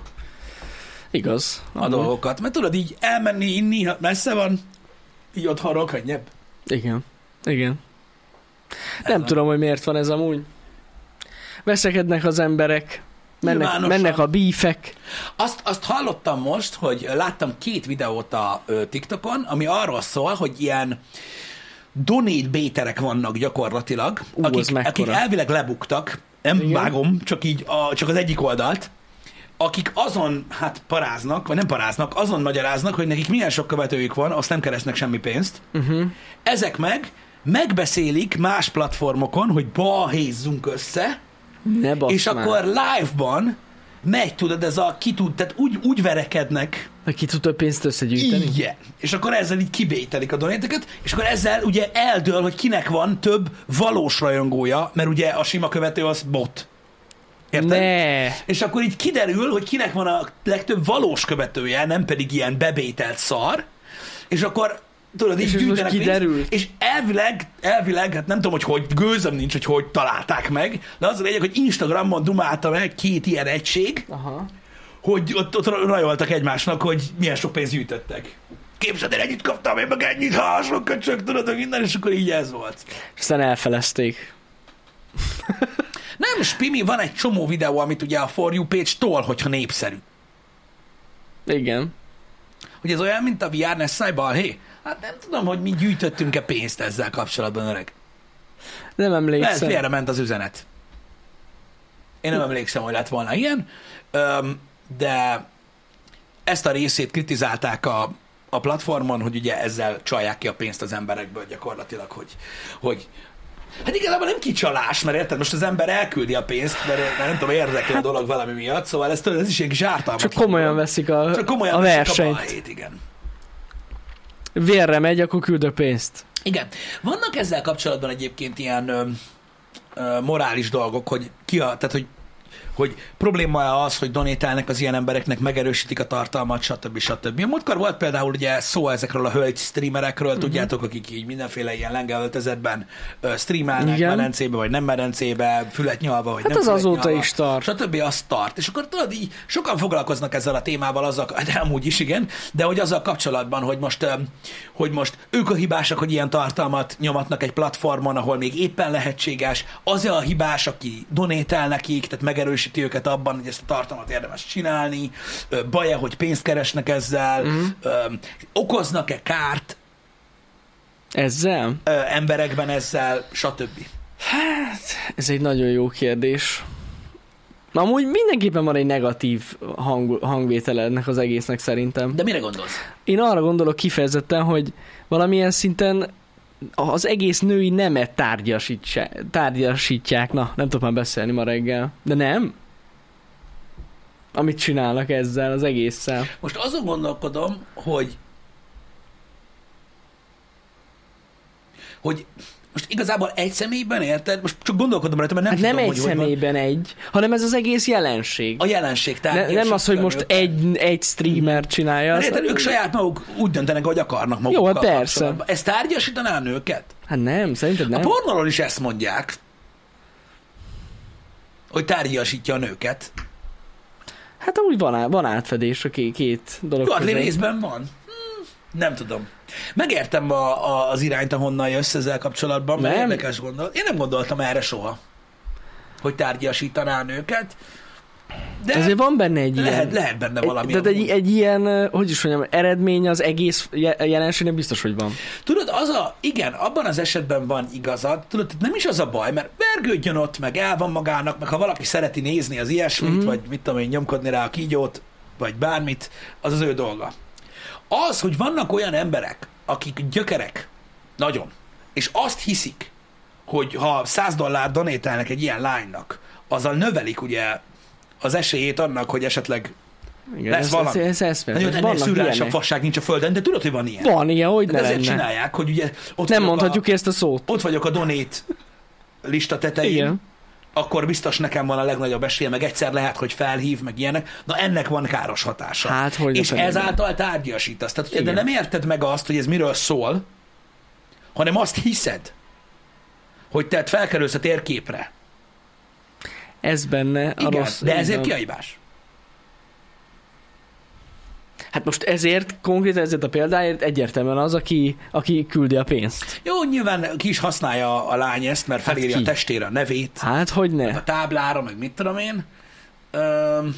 Speaker 2: Igaz.
Speaker 1: a
Speaker 2: amúgy.
Speaker 1: dolgokat. Mert tudod, így elmenni, inni, ha messze van, így otthonról könnyebb.
Speaker 2: Igen. Igen.
Speaker 1: Ez
Speaker 2: Nem
Speaker 1: van.
Speaker 2: tudom, hogy miért van ez amúgy. Veszekednek az emberek, mennek,
Speaker 1: Nyilvánosan.
Speaker 2: mennek a bífek.
Speaker 1: Azt, azt hallottam most, hogy láttam két videót a ö, TikTokon, ami arról szól, hogy ilyen donate béterek vannak gyakorlatilag,
Speaker 2: Ú, az
Speaker 1: akik,
Speaker 2: mekkora.
Speaker 1: akik elvileg lebuktak, nem
Speaker 2: Igen.
Speaker 1: vágom, csak így a, csak az egyik oldalt, akik azon, hát paráznak, vagy nem paráznak, azon magyaráznak, hogy nekik milyen sok követőjük van, azt nem keresnek semmi pénzt.
Speaker 2: Uh-huh.
Speaker 1: Ezek meg megbeszélik más platformokon, hogy balhézzunk össze,
Speaker 2: Ne basz
Speaker 1: és
Speaker 2: már.
Speaker 1: akkor live-ban megy, tudod, ez a ki tud, tehát úgy, úgy verekednek,
Speaker 2: Ki tud több pénzt összegyűjteni?
Speaker 1: igen. És akkor ezzel így kibételik a donateket, és akkor ezzel ugye eldől, hogy kinek van több valós rajongója, mert ugye a sima követő az bot. Érted?
Speaker 2: Ne!
Speaker 1: És akkor így kiderül, hogy kinek van a legtöbb valós követője, nem pedig ilyen bebételt szar, és akkor tudod, így
Speaker 2: És ez most
Speaker 1: gyűjtenek pénzt,
Speaker 2: kiderült?
Speaker 1: és elvileg, elvileg, hát nem tudom, hogy hogy, gőzöm nincs, hogy hogy találták meg, de az a lényeg, hogy Instagramon dumálta meg két ilyen egység,
Speaker 2: Aha.
Speaker 1: hogy ott, ott rajoltak egymásnak, hogy milyen sok pénzt gyűjtöttek. Képzeld el, ennyit kaptam, én meg ennyit, hasonló köcsök, tudod, hogy minden, és akkor így ez volt.
Speaker 2: És aztán elfelezték.
Speaker 1: Nem, Spimi, van egy csomó videó, amit ugye a For You page tol, hogyha népszerű.
Speaker 2: Igen.
Speaker 1: Hogy ez olyan, mint a vé er Nessai balhé? Hát nem tudom, hogy mi gyűjtöttünk-e pénzt ezzel kapcsolatban, öreg.
Speaker 2: Nem
Speaker 1: Lehet,
Speaker 2: emlékszem.
Speaker 1: félre ment az üzenet. Én nem emlékszem, hogy lett volna ilyen, Öm, de ezt a részét kritizálták a, a platformon, hogy ugye ezzel csalják ki a pénzt az emberekből gyakorlatilag, hogy, hogy hát igazából nem kicsalás, mert érted, most az ember elküldi a pénzt, mert, mert nem tudom, érdekli a dolog valami miatt, szóval ez, ez is egy kis ártalmatlan.
Speaker 2: Csak komolyan
Speaker 1: dolog.
Speaker 2: veszik a,
Speaker 1: Csak komolyan
Speaker 2: a
Speaker 1: veszik
Speaker 2: versenyt.
Speaker 1: a balhét, igen.
Speaker 2: Vérre megy, akkor küldök pénzt.
Speaker 1: Igen. Vannak ezzel kapcsolatban egyébként ilyen ö, ö, morális dolgok, hogy ki a, tehát, hogy, hogy probléma az, hogy donétálnak az ilyen embereknek, megerősítik a tartalmat, stb. stb. A múltkor volt például ugye szó ezekről a hölgy streamerekről, uh-huh. tudjátok, akik így mindenféle ilyen lengeöltözetben ö, streamelnek,
Speaker 2: Igen.
Speaker 1: medencébe, vagy nem medencébe, fület nyalva, vagy
Speaker 2: Hát
Speaker 1: nem
Speaker 2: az
Speaker 1: fület
Speaker 2: azóta
Speaker 1: nyalva,
Speaker 2: is tart.
Speaker 1: stb. Az tart. És akkor tudod, így sokan foglalkoznak ezzel a témával, azzal, de amúgy is igen, de hogy azzal kapcsolatban, hogy most, ö, hogy most ők a hibásak, hogy ilyen tartalmat nyomatnak egy platformon, ahol még éppen lehetséges, az a hibás, aki donétál nekik, tehát megerősíti őket abban, hogy ezt a tartalmat érdemes csinálni, ö, baj-e, hogy pénzt keresnek ezzel,
Speaker 2: Mhm.
Speaker 1: ö, okoznak-e kárt
Speaker 2: Ezzel?
Speaker 1: ö, emberekben ezzel, stb.
Speaker 2: Hát, ez egy nagyon jó kérdés. Na, amúgy mindenképpen van egy negatív hang, hangvétele ennek az egésznek szerintem.
Speaker 1: De mire gondolsz?
Speaker 2: Én arra gondolok kifejezetten, hogy valamilyen szinten az egész női nemet tárgyasítják, tárgyasítják. Na, nem tudok már beszélni ma reggel. De nem? Amit csinálnak ezzel, az egésszel.
Speaker 1: Most azon gondolkodom, hogy hogy most igazából egy személyben, érted? Most csak gondolkodom rajta, mert nem
Speaker 2: Hát nem
Speaker 1: tudom,
Speaker 2: egy
Speaker 1: hogy hogy van.
Speaker 2: személyben egy, hanem ez az egész jelenség.
Speaker 1: A jelenség
Speaker 2: Ne,
Speaker 1: tárgyasítja
Speaker 2: nem az, hogy
Speaker 1: a
Speaker 2: most
Speaker 1: nőket.
Speaker 2: egy, egy streamer csinálja.
Speaker 1: Mert
Speaker 2: Az,
Speaker 1: érted, ők saját maguk úgy döntenek, hogy akarnak magukkal
Speaker 2: Jó, hát persze.
Speaker 1: kapcsolatban. Ez tárgyasítaná a nőket?
Speaker 2: hát nem, szerinted nem?
Speaker 1: A pornóról is ezt mondják, hogy tárgyasítja a nőket.
Speaker 2: Hát amúgy van, á- van átfedés a két, két dolog
Speaker 1: Jó, hát
Speaker 2: között.
Speaker 1: részben van. Nem tudom. Megértem a, a, az irányt, ahonnan jössz ezzel kapcsolatban, mert
Speaker 2: Nem.
Speaker 1: érdekes gondol. Én nem gondoltam erre soha, hogy tárgyasítaná a nőket. De
Speaker 2: Azért van benne egy
Speaker 1: lehet,
Speaker 2: ilyen...
Speaker 1: lehet benne valami.
Speaker 2: Tehát egy,
Speaker 1: amúgy.
Speaker 2: egy ilyen, hogy is mondjam, eredmény az egész je- jelenségnek biztos, hogy van.
Speaker 1: Tudod, az a, igen, abban az esetben van igazad, tudod, nem is az a baj, mert vergődjön ott, meg el van magának, meg ha valaki szereti nézni az ilyesmit, mm-hmm. vagy mit tudom én, nyomkodni rá a kígyót, vagy bármit, az az ő dolga. Az, hogy vannak olyan emberek, akik gyökerek, nagyon, és azt hiszik, hogy ha száz dollár donételnek egy ilyen lánynak, azzal növelik ugye az esélyét annak, hogy esetleg
Speaker 2: Igen,
Speaker 1: lesz
Speaker 2: ez,
Speaker 1: valami.
Speaker 2: Ez, ez, ez,
Speaker 1: Nagyon ennél
Speaker 2: vannak
Speaker 1: szürreálisabb
Speaker 2: ilyenek.
Speaker 1: fasság nincs a földön, de tudod, hogy van ilyen.
Speaker 2: Van ilyen, hogy
Speaker 1: De
Speaker 2: ne
Speaker 1: ezért
Speaker 2: lenne.
Speaker 1: csinálják, hogy ugye ott
Speaker 2: Nem
Speaker 1: vagyok
Speaker 2: mondhatjuk
Speaker 1: a,
Speaker 2: ezt a szót.
Speaker 1: ott vagyok a donét lista tetején,
Speaker 2: Igen.
Speaker 1: akkor biztos nekem van a legnagyobb esélye, meg egyszer lehet, hogy felhív, meg ilyenek. Na ennek van káros hatása.
Speaker 2: Hát, hogy
Speaker 1: és
Speaker 2: ne pedig.
Speaker 1: ezáltal tárgyasítasz. Tehát, de
Speaker 2: Igen.
Speaker 1: nem érted meg azt, hogy ez miről szól, hanem azt hiszed, hogy te felkerülsz a térképre.
Speaker 2: Ez benne a
Speaker 1: Igen,
Speaker 2: rossz.
Speaker 1: de ezért
Speaker 2: igen.
Speaker 1: ki a hibás?
Speaker 2: Hát most ezért, konkrétan ezért a példáért egyértelműen az, aki, aki küldi a pénzt.
Speaker 1: Jó, nyilván ki is használja a lány ezt, mert
Speaker 2: Hát
Speaker 1: felírja
Speaker 2: ki?
Speaker 1: a testére a nevét,
Speaker 2: Hát, hogy
Speaker 1: meg
Speaker 2: ne.
Speaker 1: a táblára, meg mit tudom én. Öm,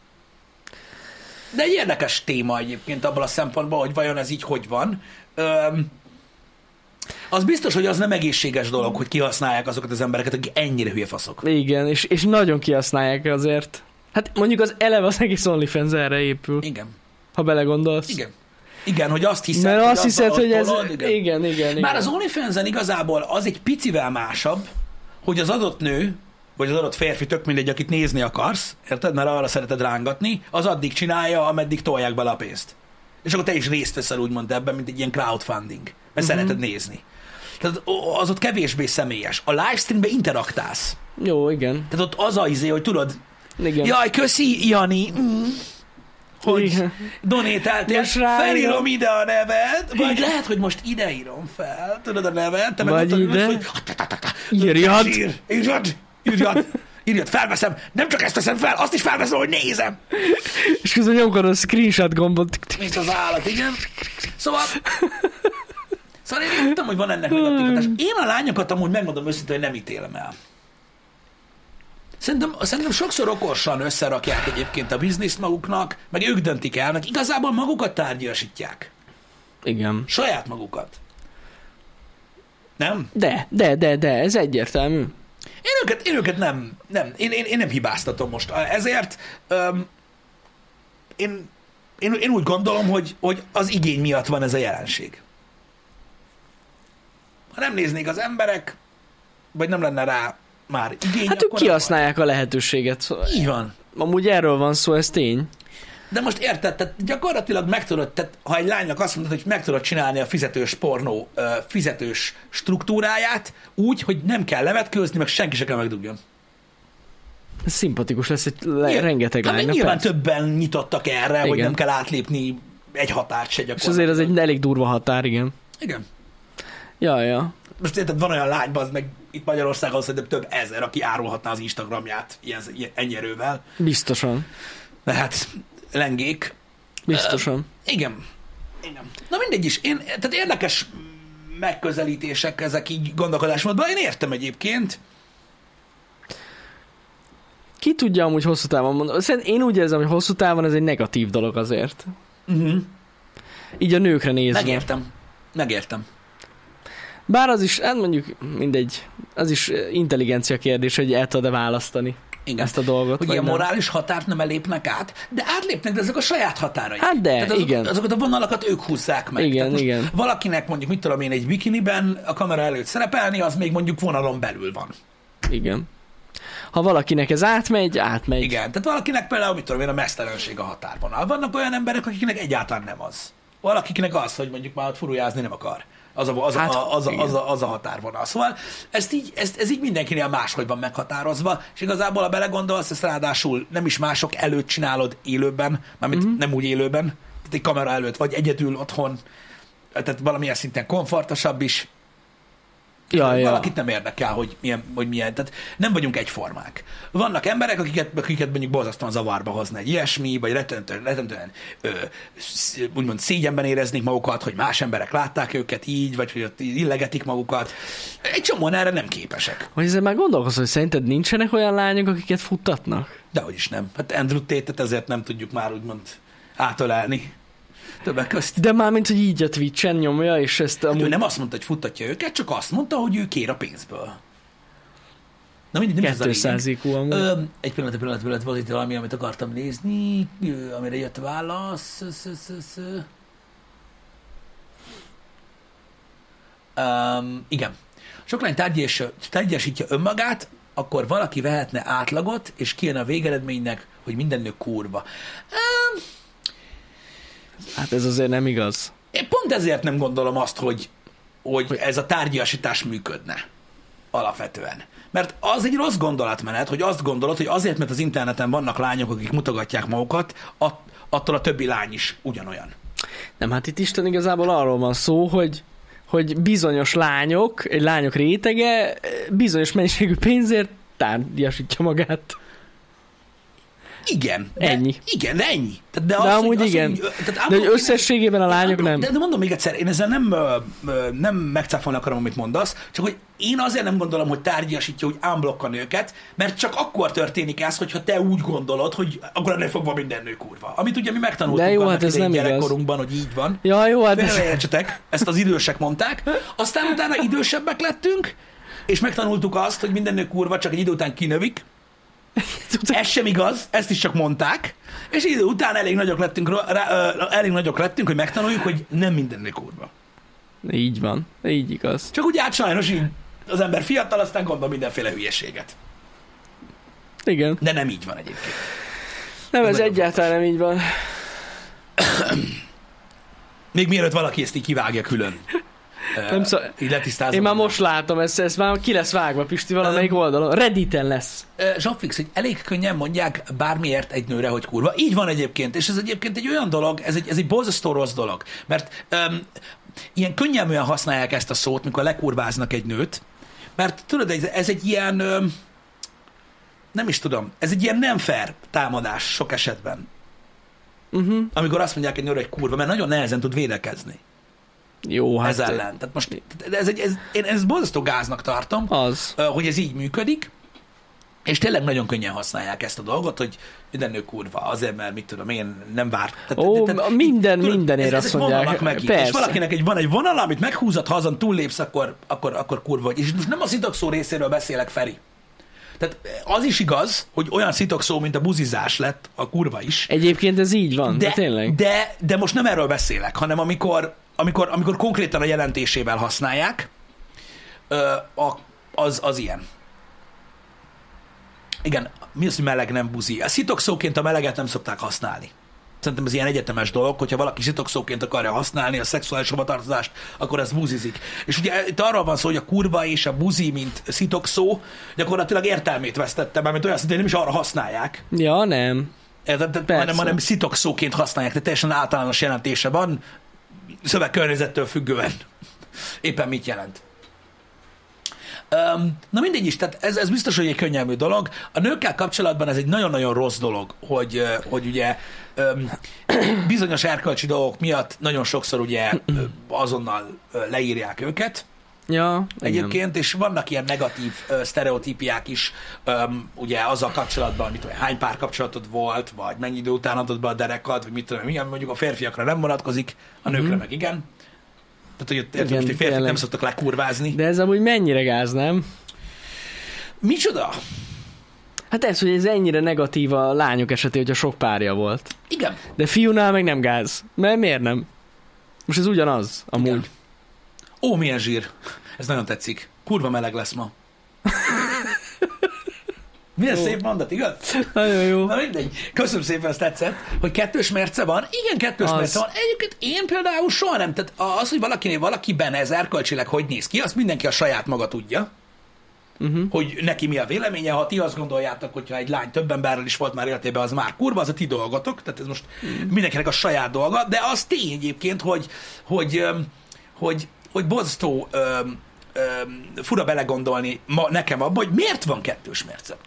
Speaker 1: de egy érdekes téma egyébként abban a szempontból, hogy vajon ez így hogy van. Öm, az biztos, hogy az nem egészséges dolog, hogy kihasználják azokat az embereket, akik ennyire hülye faszok.
Speaker 2: Igen, és, és nagyon kihasználják azért. Hát mondjuk az eleve az egész OnlyFans erre épül,
Speaker 1: Igen.
Speaker 2: ha belegondolsz.
Speaker 1: Igen. Igen, hogy azt hiszed,
Speaker 2: Mert
Speaker 1: hogy
Speaker 2: azt hiszed,
Speaker 1: azzal
Speaker 2: hogy ez...
Speaker 1: tolod, igen.
Speaker 2: Igen, igen, igen.
Speaker 1: Már az OnlyFans-en igazából az egy picivel másabb, hogy az adott nő, vagy az adott férfi, tök mindegy, akit nézni akarsz, érted? Mert arra szereted rángatni, az addig csinálja, ameddig tolják bele a pénzt. És akkor te is részt veszel úgymond ebben, mint egy ilyen crowdfunding, mert
Speaker 2: Mhm.
Speaker 1: uh-huh. szereted nézni. Tehát az ott kevésbé személyes. A livestreamben interaktálsz.
Speaker 2: Jó, igen.
Speaker 1: Tehát ott az a izé, hogy tudod,
Speaker 2: Igen.
Speaker 1: jaj, köszi, Jani, mm, hogy
Speaker 2: Igen.
Speaker 1: donétáltél,
Speaker 2: Most rájön.
Speaker 1: felírom ide a neved, vagy lehet, hogy most ide írom fel, tudod a neved, te meg
Speaker 2: Vagy
Speaker 1: ott ülsz,
Speaker 2: ide.
Speaker 1: hogy
Speaker 2: Írjad.
Speaker 1: Ír, írjad, írjad, írjad, felveszem, nem csak ezt veszem fel, azt is felveszem, hogy nézem.
Speaker 2: És közben nyomkod a screenshot gombot.
Speaker 1: Mint az állat, igen. Szóval, szóval én nem tudom, hogy van ennek negatív hatás. Én a lányokat amúgy megmondom őszintén, hogy nem ítélem el. Szerintem, szerintem sokszor okosan összerakják egyébként a bizniszt maguknak, meg ők döntik el, meg igazából magukat tárgyasítják.
Speaker 2: Igen.
Speaker 1: Saját magukat. Nem?
Speaker 2: De, de, de, de, ez egyértelmű.
Speaker 1: Én őket, én őket nem, nem, én, én, én nem hibáztatom most. Ezért öm, én, én, én úgy gondolom, hogy, hogy az igény miatt van ez a jelenség. Ha nem néznék az emberek, vagy nem lenne rá már igény,
Speaker 2: Hát ők
Speaker 1: akkor
Speaker 2: kihasználják a lehetőséget. Szóval
Speaker 1: így van.
Speaker 2: amúgy erről van szó, ez tény.
Speaker 1: De most érted, tehát gyakorlatilag meg tudod, tehát ha egy lánynak azt mondod, hogy meg tudod csinálni a fizetős pornó ö, fizetős struktúráját úgy, hogy nem kell levetkőzni, meg senki se kell megdugjon.
Speaker 2: Ez szimpatikus lesz egy le-
Speaker 1: Igen.
Speaker 2: rengeteg
Speaker 1: Hát meg
Speaker 2: lánynak.
Speaker 1: nyilván
Speaker 2: persze.
Speaker 1: többen nyitottak erre, hogy
Speaker 2: Igen.
Speaker 1: nem kell átlépni egy határt se
Speaker 2: És
Speaker 1: gyakorlatilag.
Speaker 2: azért ez egy elég durva határ, igen.
Speaker 1: Igen.
Speaker 2: Ja, ja.
Speaker 1: Most érted, van olyan lány, az meg itt Magyarországon szerintem több ezer, aki árulhatná az Instagramját ilyen, ilyen ennyi erővel.
Speaker 2: Biztosan.
Speaker 1: De hát lengék.
Speaker 2: Biztosan.
Speaker 1: Igen. Igen. Na mindegy is. Én, tehát érdekes megközelítések ezek így gondolkodásmódban. Én értem egyébként.
Speaker 2: Ki tudja amúgy hosszú távon mondani? Szerintem én úgy érzem, hogy hosszú távon ez egy negatív dolog azért.
Speaker 1: Uh-huh.
Speaker 2: Így a nőkre nézve.
Speaker 1: Megértem. Megértem.
Speaker 2: Bár az is, hát mondjuk mindegy, az is intelligencia kérdés, hogy el tudod-e választani
Speaker 1: Igen.
Speaker 2: ezt a dolgot.
Speaker 1: Hogy
Speaker 2: vagy
Speaker 1: ilyen
Speaker 2: nem.
Speaker 1: morális határt nem elépnek át, de átlépnek, de ezek a saját határai.
Speaker 2: Hát de,
Speaker 1: Tehát azok,
Speaker 2: igen.
Speaker 1: Azokat a vonalakat ők húzzák meg.
Speaker 2: Igen,
Speaker 1: Tehát most
Speaker 2: igen.
Speaker 1: Valakinek mondjuk, mit tudom én, egy bikiniben a kamera előtt szerepelni, az még mondjuk vonalon belül van.
Speaker 2: Igen. Ha valakinek ez átmegy, átmegy.
Speaker 1: Igen, tehát valakinek például, mit tudom én, a mesztelenség a határvonal. Vannak olyan emberek, akiknek egyáltalán nem az. Valakiknek az, hogy mondjuk már ott furujázni nem akar. Az a, az,
Speaker 2: Hát,
Speaker 1: a, az, a,
Speaker 2: igen.
Speaker 1: az, a, az a határvonal. Szóval ezt így, ezt, ez így mindenkinél máshogy van meghatározva, és igazából, ha belegondolsz, ezt ráadásul nem is mások előtt csinálod élőben, mármint
Speaker 2: Mhm.
Speaker 1: mm-hmm. nem úgy élőben, tehát egy kamera előtt, vagy egyedül otthon, tehát valamilyen szinten komfortosabb is.
Speaker 2: Ja, ja.
Speaker 1: Valakit nem érdekel, hogy milyen, hogy milyen, tehát nem vagyunk egyformák. Vannak emberek, akiket, akiket mondjuk borzasztóan zavarba hozna egy ilyesmi, vagy rettentően, rettentően ö, úgymond szégyenben éreznék magukat, hogy más emberek látták őket így, vagy hogy ott illegetik magukat. Egy csomóan erre nem képesek.
Speaker 2: Hogy ezzel már gondolkozol, hogy szerinted nincsenek olyan lányok, akiket futtatnak?
Speaker 1: Dehogy is nem. Hát Andrew Tate-et ezért nem tudjuk már úgymond átölelni. Többek közt.
Speaker 2: De már mint, hogy így a Twitch-en nyomja, és ezt
Speaker 1: Hát
Speaker 2: amúgy...
Speaker 1: ő nem azt mondta, hogy futtatja őket, csak azt mondta, hogy ő kér a pénzből. Na mindig, nem ez a
Speaker 2: kétszáz
Speaker 1: lényeg.
Speaker 2: í kú amúgy.
Speaker 1: Ö, egy pillanat, egy pillanat, pillanat, volt itt valami, amit akartam nézni, ö, amire jött válasz. Um, igen. Sok lány tárgyas, tárgyasítja önmagát, akkor valaki vehetne átlagot, és kijön a végeredménynek, hogy minden nő kurva. Um,
Speaker 2: Hát ez azért nem igaz.
Speaker 1: Én pont ezért nem gondolom azt, hogy, hogy ez a tárgyasítás működne alapvetően. Mert az egy rossz gondolatmenet, hogy azt gondolod, hogy azért, mert az interneten vannak lányok, akik mutogatják magukat, att- attól a többi lány is ugyanolyan.
Speaker 2: Nem, hát itt Isten igazából arról van szó, hogy, hogy bizonyos lányok, egy lányok rétege bizonyos mennyiségű pénzért tárgyasítja magát.
Speaker 1: Igen. De,
Speaker 2: Ennyi.
Speaker 1: Igen, de ennyi. De, de,
Speaker 2: De
Speaker 1: az,
Speaker 2: amúgy
Speaker 1: hogy, az,
Speaker 2: igen.
Speaker 1: Hogy, tehát,
Speaker 2: De hogy összességében a lányok nem.
Speaker 1: De, de mondom még egyszer, én ezzel nem, ö, ö, nem megcáfolni akarom, amit mondasz, csak hogy én azért nem gondolom, hogy tárgyasítja úgy unblock a nőket, mert csak akkor történik ez, hogyha te úgy gondolod, hogy akkor ennél fogva minden nő kurva. Amit ugye mi megtanultunk
Speaker 2: De jó,
Speaker 1: annak
Speaker 2: hát ez
Speaker 1: idején
Speaker 2: nem igaz.
Speaker 1: gyerekkorunkban, hogy így van.
Speaker 2: Ja, jó, hát ez...
Speaker 1: Félreértsetek, ezt az idősek mondták, aztán utána idősebbek lettünk, és megtanultuk azt, hogy minden nő kurva, csak egy idő után kinövik. Ez sem igaz, ezt is csak mondták, és idő után elég nagyok lettünk, rá, ö, elég nagyok lettünk, hogy megtanuljuk, hogy nem minden nő kurva.
Speaker 2: Így van, így igaz.
Speaker 1: Csak úgy át sajnos így az ember fiatal, aztán gondol mindenféle hülyeséget.
Speaker 2: Igen.
Speaker 1: De nem így van egyébként.
Speaker 2: Nem, ez
Speaker 1: Nagyon
Speaker 2: egyáltalán nem így van.
Speaker 1: Még mielőtt valaki ezt így kivágja külön.
Speaker 2: Nem szó...
Speaker 1: Így letisztázom.
Speaker 2: Én már most látom, ez, ez már ki lesz vágva, Pisti, valamelyik oldalon. Redditen lesz.
Speaker 1: Zsapfix, hogy elég könnyen mondják bármiért egy nőre, hogy kurva. Így van egyébként, és ez egyébként egy olyan dolog, ez egy, ez egy borzasztó rossz dolog, mert um, ilyen könnyelműen használják ezt a szót, mikor lekurváznak egy nőt, mert tudod, ez, ez egy ilyen, um, nem is tudom, ez egy ilyen nem fair támadás sok esetben.
Speaker 2: Uh-huh.
Speaker 1: Amikor azt mondják egy nőre, hogy kurva, mert nagyon nehezen tud védekezni.
Speaker 2: Jó, hát...
Speaker 1: Ez ellen. Tehát most ez egy, ez, én ezt borzasztó gáznak tartom,
Speaker 2: Az.
Speaker 1: hogy ez így működik, és tényleg nagyon könnyen használják ezt a dolgot, hogy minden nő kurva, azért, mert mit tudom én, nem várt. Tehát,
Speaker 2: Ó,
Speaker 1: tehát,
Speaker 2: minden,
Speaker 1: tudod,
Speaker 2: mindenért
Speaker 1: ez,
Speaker 2: azt
Speaker 1: ezek
Speaker 2: mondják.
Speaker 1: vonalak megint.
Speaker 2: Persze.
Speaker 1: És valakinek egy, van egy vonal, amit meghúzat, ha azon túllépsz, akkor, akkor, akkor kurva vagy. És most nem a szitokszó részéről beszélek, Feri. Tehát az is igaz, hogy olyan szitokszó, mint a buzizás lett a kurva is.
Speaker 2: Egyébként ez így van, de,
Speaker 1: De,
Speaker 2: de tényleg.
Speaker 1: de, de most nem erről beszélek, hanem amikor, amikor, amikor konkrétan a jelentésével használják, ö, a, az, az ilyen. Igen, mi az, hogy meleg nem buzi? A szitokszóként a meleget nem szokták használni. Szerintem ez ilyen egyetemes dolog, hogyha valaki szitokszóként akarja használni a szexuális hovatartozást, akkor ez buzizik. És ugye itt arról van szó, hogy a kurva és a buzi, mint szitokszó, gyakorlatilag értelmét vesztette, mert olyan szintén nem is arra használják.
Speaker 2: Ja, nem.
Speaker 1: Érted? Hanem, hanem szitokszóként használják, de teljesen általános jelentése van, szövegkörnyezettől függően. Éppen mit jelent. Um, na mindegy is, tehát ez, ez biztos, hogy egy könnyelmű dolog. A nőkkel kapcsolatban ez egy nagyon-nagyon rossz dolog, hogy, hogy ugye um, bizonyos erkölcsi dolgok miatt nagyon sokszor ugye azonnal leírják őket.
Speaker 2: Ja,
Speaker 1: Egyébként,
Speaker 2: igen.
Speaker 1: és vannak ilyen negatív uh, sztereotípiák is, um, ugye azzal kapcsolatban, mit tudom, hány párkapcsolatod volt, vagy mennyi idő után adod be a derekad, vagy mit tudom, igen, mondjuk a férfiakra nem vonatkozik, a nőkre mm-hmm. meg igen. Tehát, hogy érted, most egy férfiak nem szoktak lekurvázni.
Speaker 2: De ez amúgy mennyire gáz, nem?
Speaker 1: Micsoda?
Speaker 2: Hát ez, hogy ez ennyire negatív a lányok esetén, hogyha sok párja volt.
Speaker 1: Igen.
Speaker 2: De fiúnál meg nem gáz. Mert miért nem? Most ez ugyanaz, amúgy.
Speaker 1: Igen. Ó, milyen zsír. Ez nagyon tetszik. Kurva meleg lesz ma. Milyen jó. Szép mondat, igaz?
Speaker 2: Nagyon jó.
Speaker 1: Na mindegy. Köszönöm szépen, ezt tetszett, hogy kettős mérce van. Igen, kettős az. mérce van. Egyébként én például soha nem. Tehát az, hogy valakinél valakiben ez erkölcsileg hogy néz ki, azt mindenki a saját maga tudja. Uh-huh. Hogy neki mi a véleménye. Ha ti azt gondoljátok, hogyha egy lány több emberrel is volt már életében, az már kurva, az a ti dolgotok. Tehát ez most uh-huh. mindenkinek a saját dolga. De az tény egyébként, hogy, hogy, hogy, hogy borzasztó öm, fura belegondolni ma nekem abba, hogy miért van kettős mérce.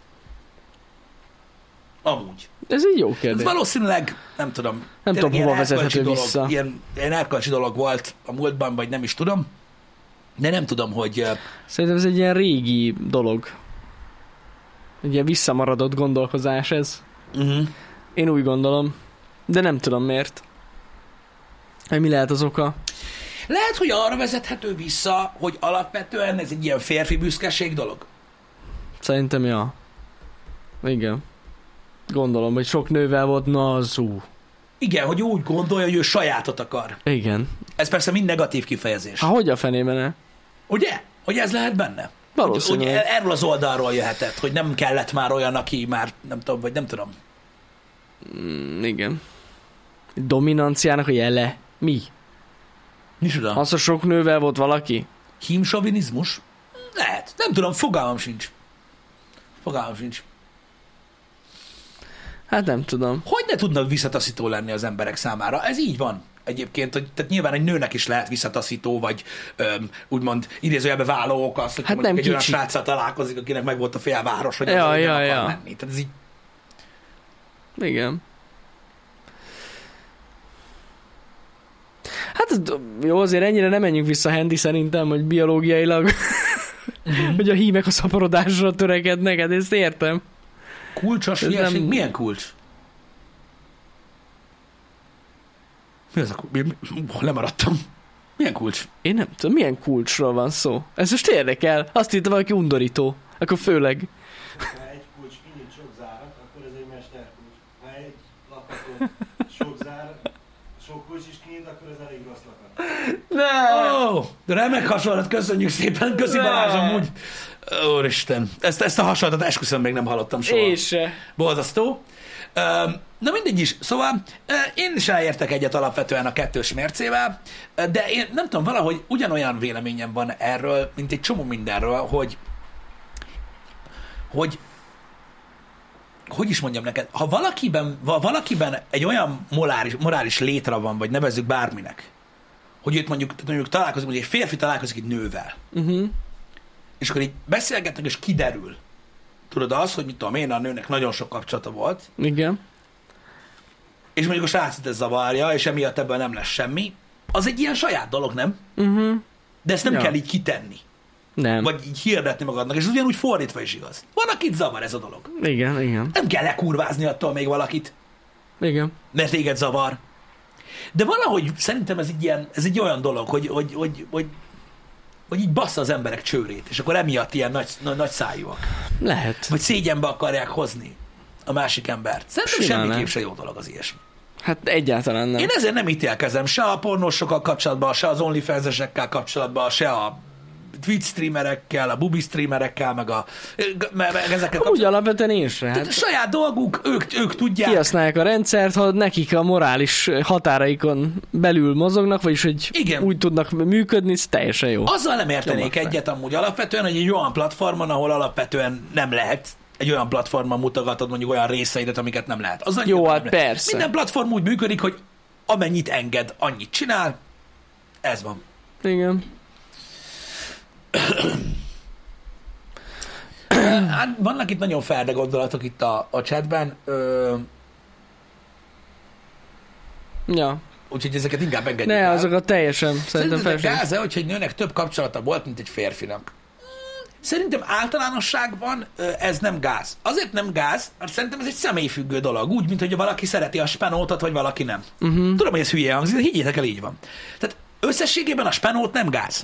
Speaker 1: Amúgy.
Speaker 2: Ez egy jó kérdés.
Speaker 1: Ez valószínűleg, nem tudom.
Speaker 2: Nem tudom, hova vezethető
Speaker 1: dolog,
Speaker 2: vissza.
Speaker 1: Ilyen, ilyen erkölcsi dolog volt a múltban, vagy nem is tudom. De nem tudom, hogy...
Speaker 2: Szerintem ez egy ilyen régi dolog. Egy ilyen visszamaradott gondolkozás ez.
Speaker 1: Uh-huh.
Speaker 2: Én úgy gondolom. De nem tudom miért. Hogy mi lehet az oka?
Speaker 1: Lehet, hogy arra vezethető vissza, hogy alapvetően ez egy ilyen férfi büszkeség dolog.
Speaker 2: Szerintem ja. Igen. Gondolom, hogy sok nővel volt, na az ú.
Speaker 1: Igen, hogy úgy gondolja, hogy ő sajátot akar.
Speaker 2: Igen.
Speaker 1: Ez persze mind negatív kifejezés.
Speaker 2: Há, hogy a fenében ne?
Speaker 1: Ugye? Hogy ez lehet benne?
Speaker 2: Valószínűleg.
Speaker 1: Hogy, hogy erről az oldalról jöhetett, hogy nem kellett már olyan, aki már nem tudom, vagy nem tudom.
Speaker 2: Mm, igen. Dominanciának a jele. Mi?
Speaker 1: Micsoda?
Speaker 2: Az, hogy sok nővel volt valaki?
Speaker 1: Hímsovinizmus? Lehet. Nem tudom, fogalmam sincs. Fogalmam sincs.
Speaker 2: Hát nem tudom.
Speaker 1: Hogy ne tudnak visszataszító lenni az emberek számára? Ez így van. Egyébként, hogy, tehát nyilván egy nőnek is lehet visszataszító, vagy öm, úgymond idézőjelbe váló oka az, hogy
Speaker 2: Hát
Speaker 1: mondjuk
Speaker 2: nem
Speaker 1: egy olyan
Speaker 2: kicsi.
Speaker 1: sráccal találkozik, akinek meg volt a félváros, hogy
Speaker 2: Ja,
Speaker 1: az
Speaker 2: ja,
Speaker 1: nem
Speaker 2: ja.
Speaker 1: akar menni. Tehát ez így...
Speaker 2: Igen. Hát ez- jó, azért ennyire nem menjünk vissza Hendi szerintem, hogy biológiailag,
Speaker 1: Uh-huh.
Speaker 2: hogy a hímek a szaporodásra törekednek, hát ezt értem.
Speaker 1: Kulcsos
Speaker 2: Ez
Speaker 1: hülyeség?
Speaker 2: nem-
Speaker 1: Milyen kulcs? Mi az a kulcs? Mi, mi, lemaradtam. Milyen kulcs?
Speaker 2: Én nem tudom, milyen kulcsról van szó. Ez most érdekel. Azt írta valaki undorító. Akkor főleg.
Speaker 3: Ha egy kulcs kinyit sok zárat, akkor ez egy mesterkulcs. Ha egy lakatot sok zár, sok kulcs is kinyit, akkor ez elég rossz lakat.
Speaker 2: Ne!
Speaker 1: Ó, oh, remek hasonlat, köszönjük szépen, köszi
Speaker 2: Ne.
Speaker 1: Balázs amúgy. Úristen, ezt, ezt a hasonlatot esküszöm még nem hallottam soha.
Speaker 2: Én se.
Speaker 1: Borzasztó. Öm, Na mindegy is, szóval ö, én is elértek egyet alapvetően a kettős mércével, ö, de én nem tudom, valahogy ugyanolyan véleményem van erről, mint egy csomó mindenről, hogy hogy hogy is mondjam neked, ha valakiben, ha valakiben egy olyan morális, morális létre van, vagy nevezzük bárminek, hogy őt mondjuk, tehát mondjuk találkozik, mondjuk egy férfi találkozik egy nővel,
Speaker 2: Uh-huh.
Speaker 1: és akkor így beszélgetnek, és kiderül, tudod az, hogy mit tudom én, a nőnek nagyon sok kapcsolata volt,
Speaker 2: Igen.
Speaker 1: és mondjuk a srácot ez zavarja, és emiatt ebből nem lesz semmi, az egy ilyen saját dolog, nem?
Speaker 2: Uh-huh.
Speaker 1: De ezt nem
Speaker 2: Ja.
Speaker 1: kell így kitenni,
Speaker 2: Nem.
Speaker 1: vagy így hirdetni magadnak, és ugyanúgy fordítva is igaz. Van, akit zavar ez a dolog.
Speaker 2: Igen, igen.
Speaker 1: Nem kell lekurvázni attól még valakit,
Speaker 2: Igen.
Speaker 1: mert téged zavar. De valahogy szerintem ez egy, ilyen, ez egy olyan dolog, hogy, hogy, hogy, hogy, hogy így bassza az emberek csőrét, és akkor emiatt ilyen nagy, nagy, nagy szájúak.
Speaker 2: Lehet.
Speaker 1: Vagy szégyenbe akarják hozni a másik embert. Szerintem
Speaker 2: Simán
Speaker 1: semmiképp
Speaker 2: nem.
Speaker 1: se jó dolog az ilyesmi.
Speaker 2: Hát egyáltalán nem.
Speaker 1: Én ezért nem ítélkezem se a pornósokkal kapcsolatban, se az OnlyFans-esekkel kapcsolatban, se a Twitch streamerekkel, a bubi streamerekkel, meg, a, meg ezekkel
Speaker 2: Úgy
Speaker 1: kapcsolatban.
Speaker 2: alapvetően én se.
Speaker 1: Tehát
Speaker 2: Hát
Speaker 1: saját dolguk, ők, ők tudják.
Speaker 2: kihasználják a rendszert, ha nekik a morális határaikon belül mozognak, vagyis hogy
Speaker 1: Igen.
Speaker 2: úgy tudnak működni, ez teljesen jó.
Speaker 1: Azzal nem értenék
Speaker 2: Nyomok
Speaker 1: egyet amúgy alapvetően, hogy egy olyan platformon, ahol alapvetően nem lehet, egy olyan platformon mutogatod mondjuk olyan részeidet, amiket nem lehet. Az
Speaker 2: Jó,
Speaker 1: nem
Speaker 2: hát
Speaker 1: lehet.
Speaker 2: persze.
Speaker 1: Minden platform úgy működik, hogy amennyit enged, annyit csinál. Ez van.
Speaker 2: Igen.
Speaker 1: Hát vannak itt nagyon ferde gondolatok itt a, a chatben, ö,
Speaker 2: Ja.
Speaker 1: úgyhogy ezeket inkább engedjük
Speaker 2: Ne,
Speaker 1: el.
Speaker 2: azokat teljesen szerintem
Speaker 1: Szerintetek
Speaker 2: felesleges.
Speaker 1: gáz-e, hogyha egy nőnek több kapcsolata volt, mint egy férfinak? Szerintem általánosságban ö, ez nem gáz. Azért nem gáz, mert szerintem ez egy személyfüggő dolog. Úgy, mint hogy valaki szereti a spenótot, vagy valaki nem.
Speaker 2: Uh-huh.
Speaker 1: Tudom, hogy ez hülye hangzik, de higgyétek el, így van. Tehát összességében a spenót nem gáz.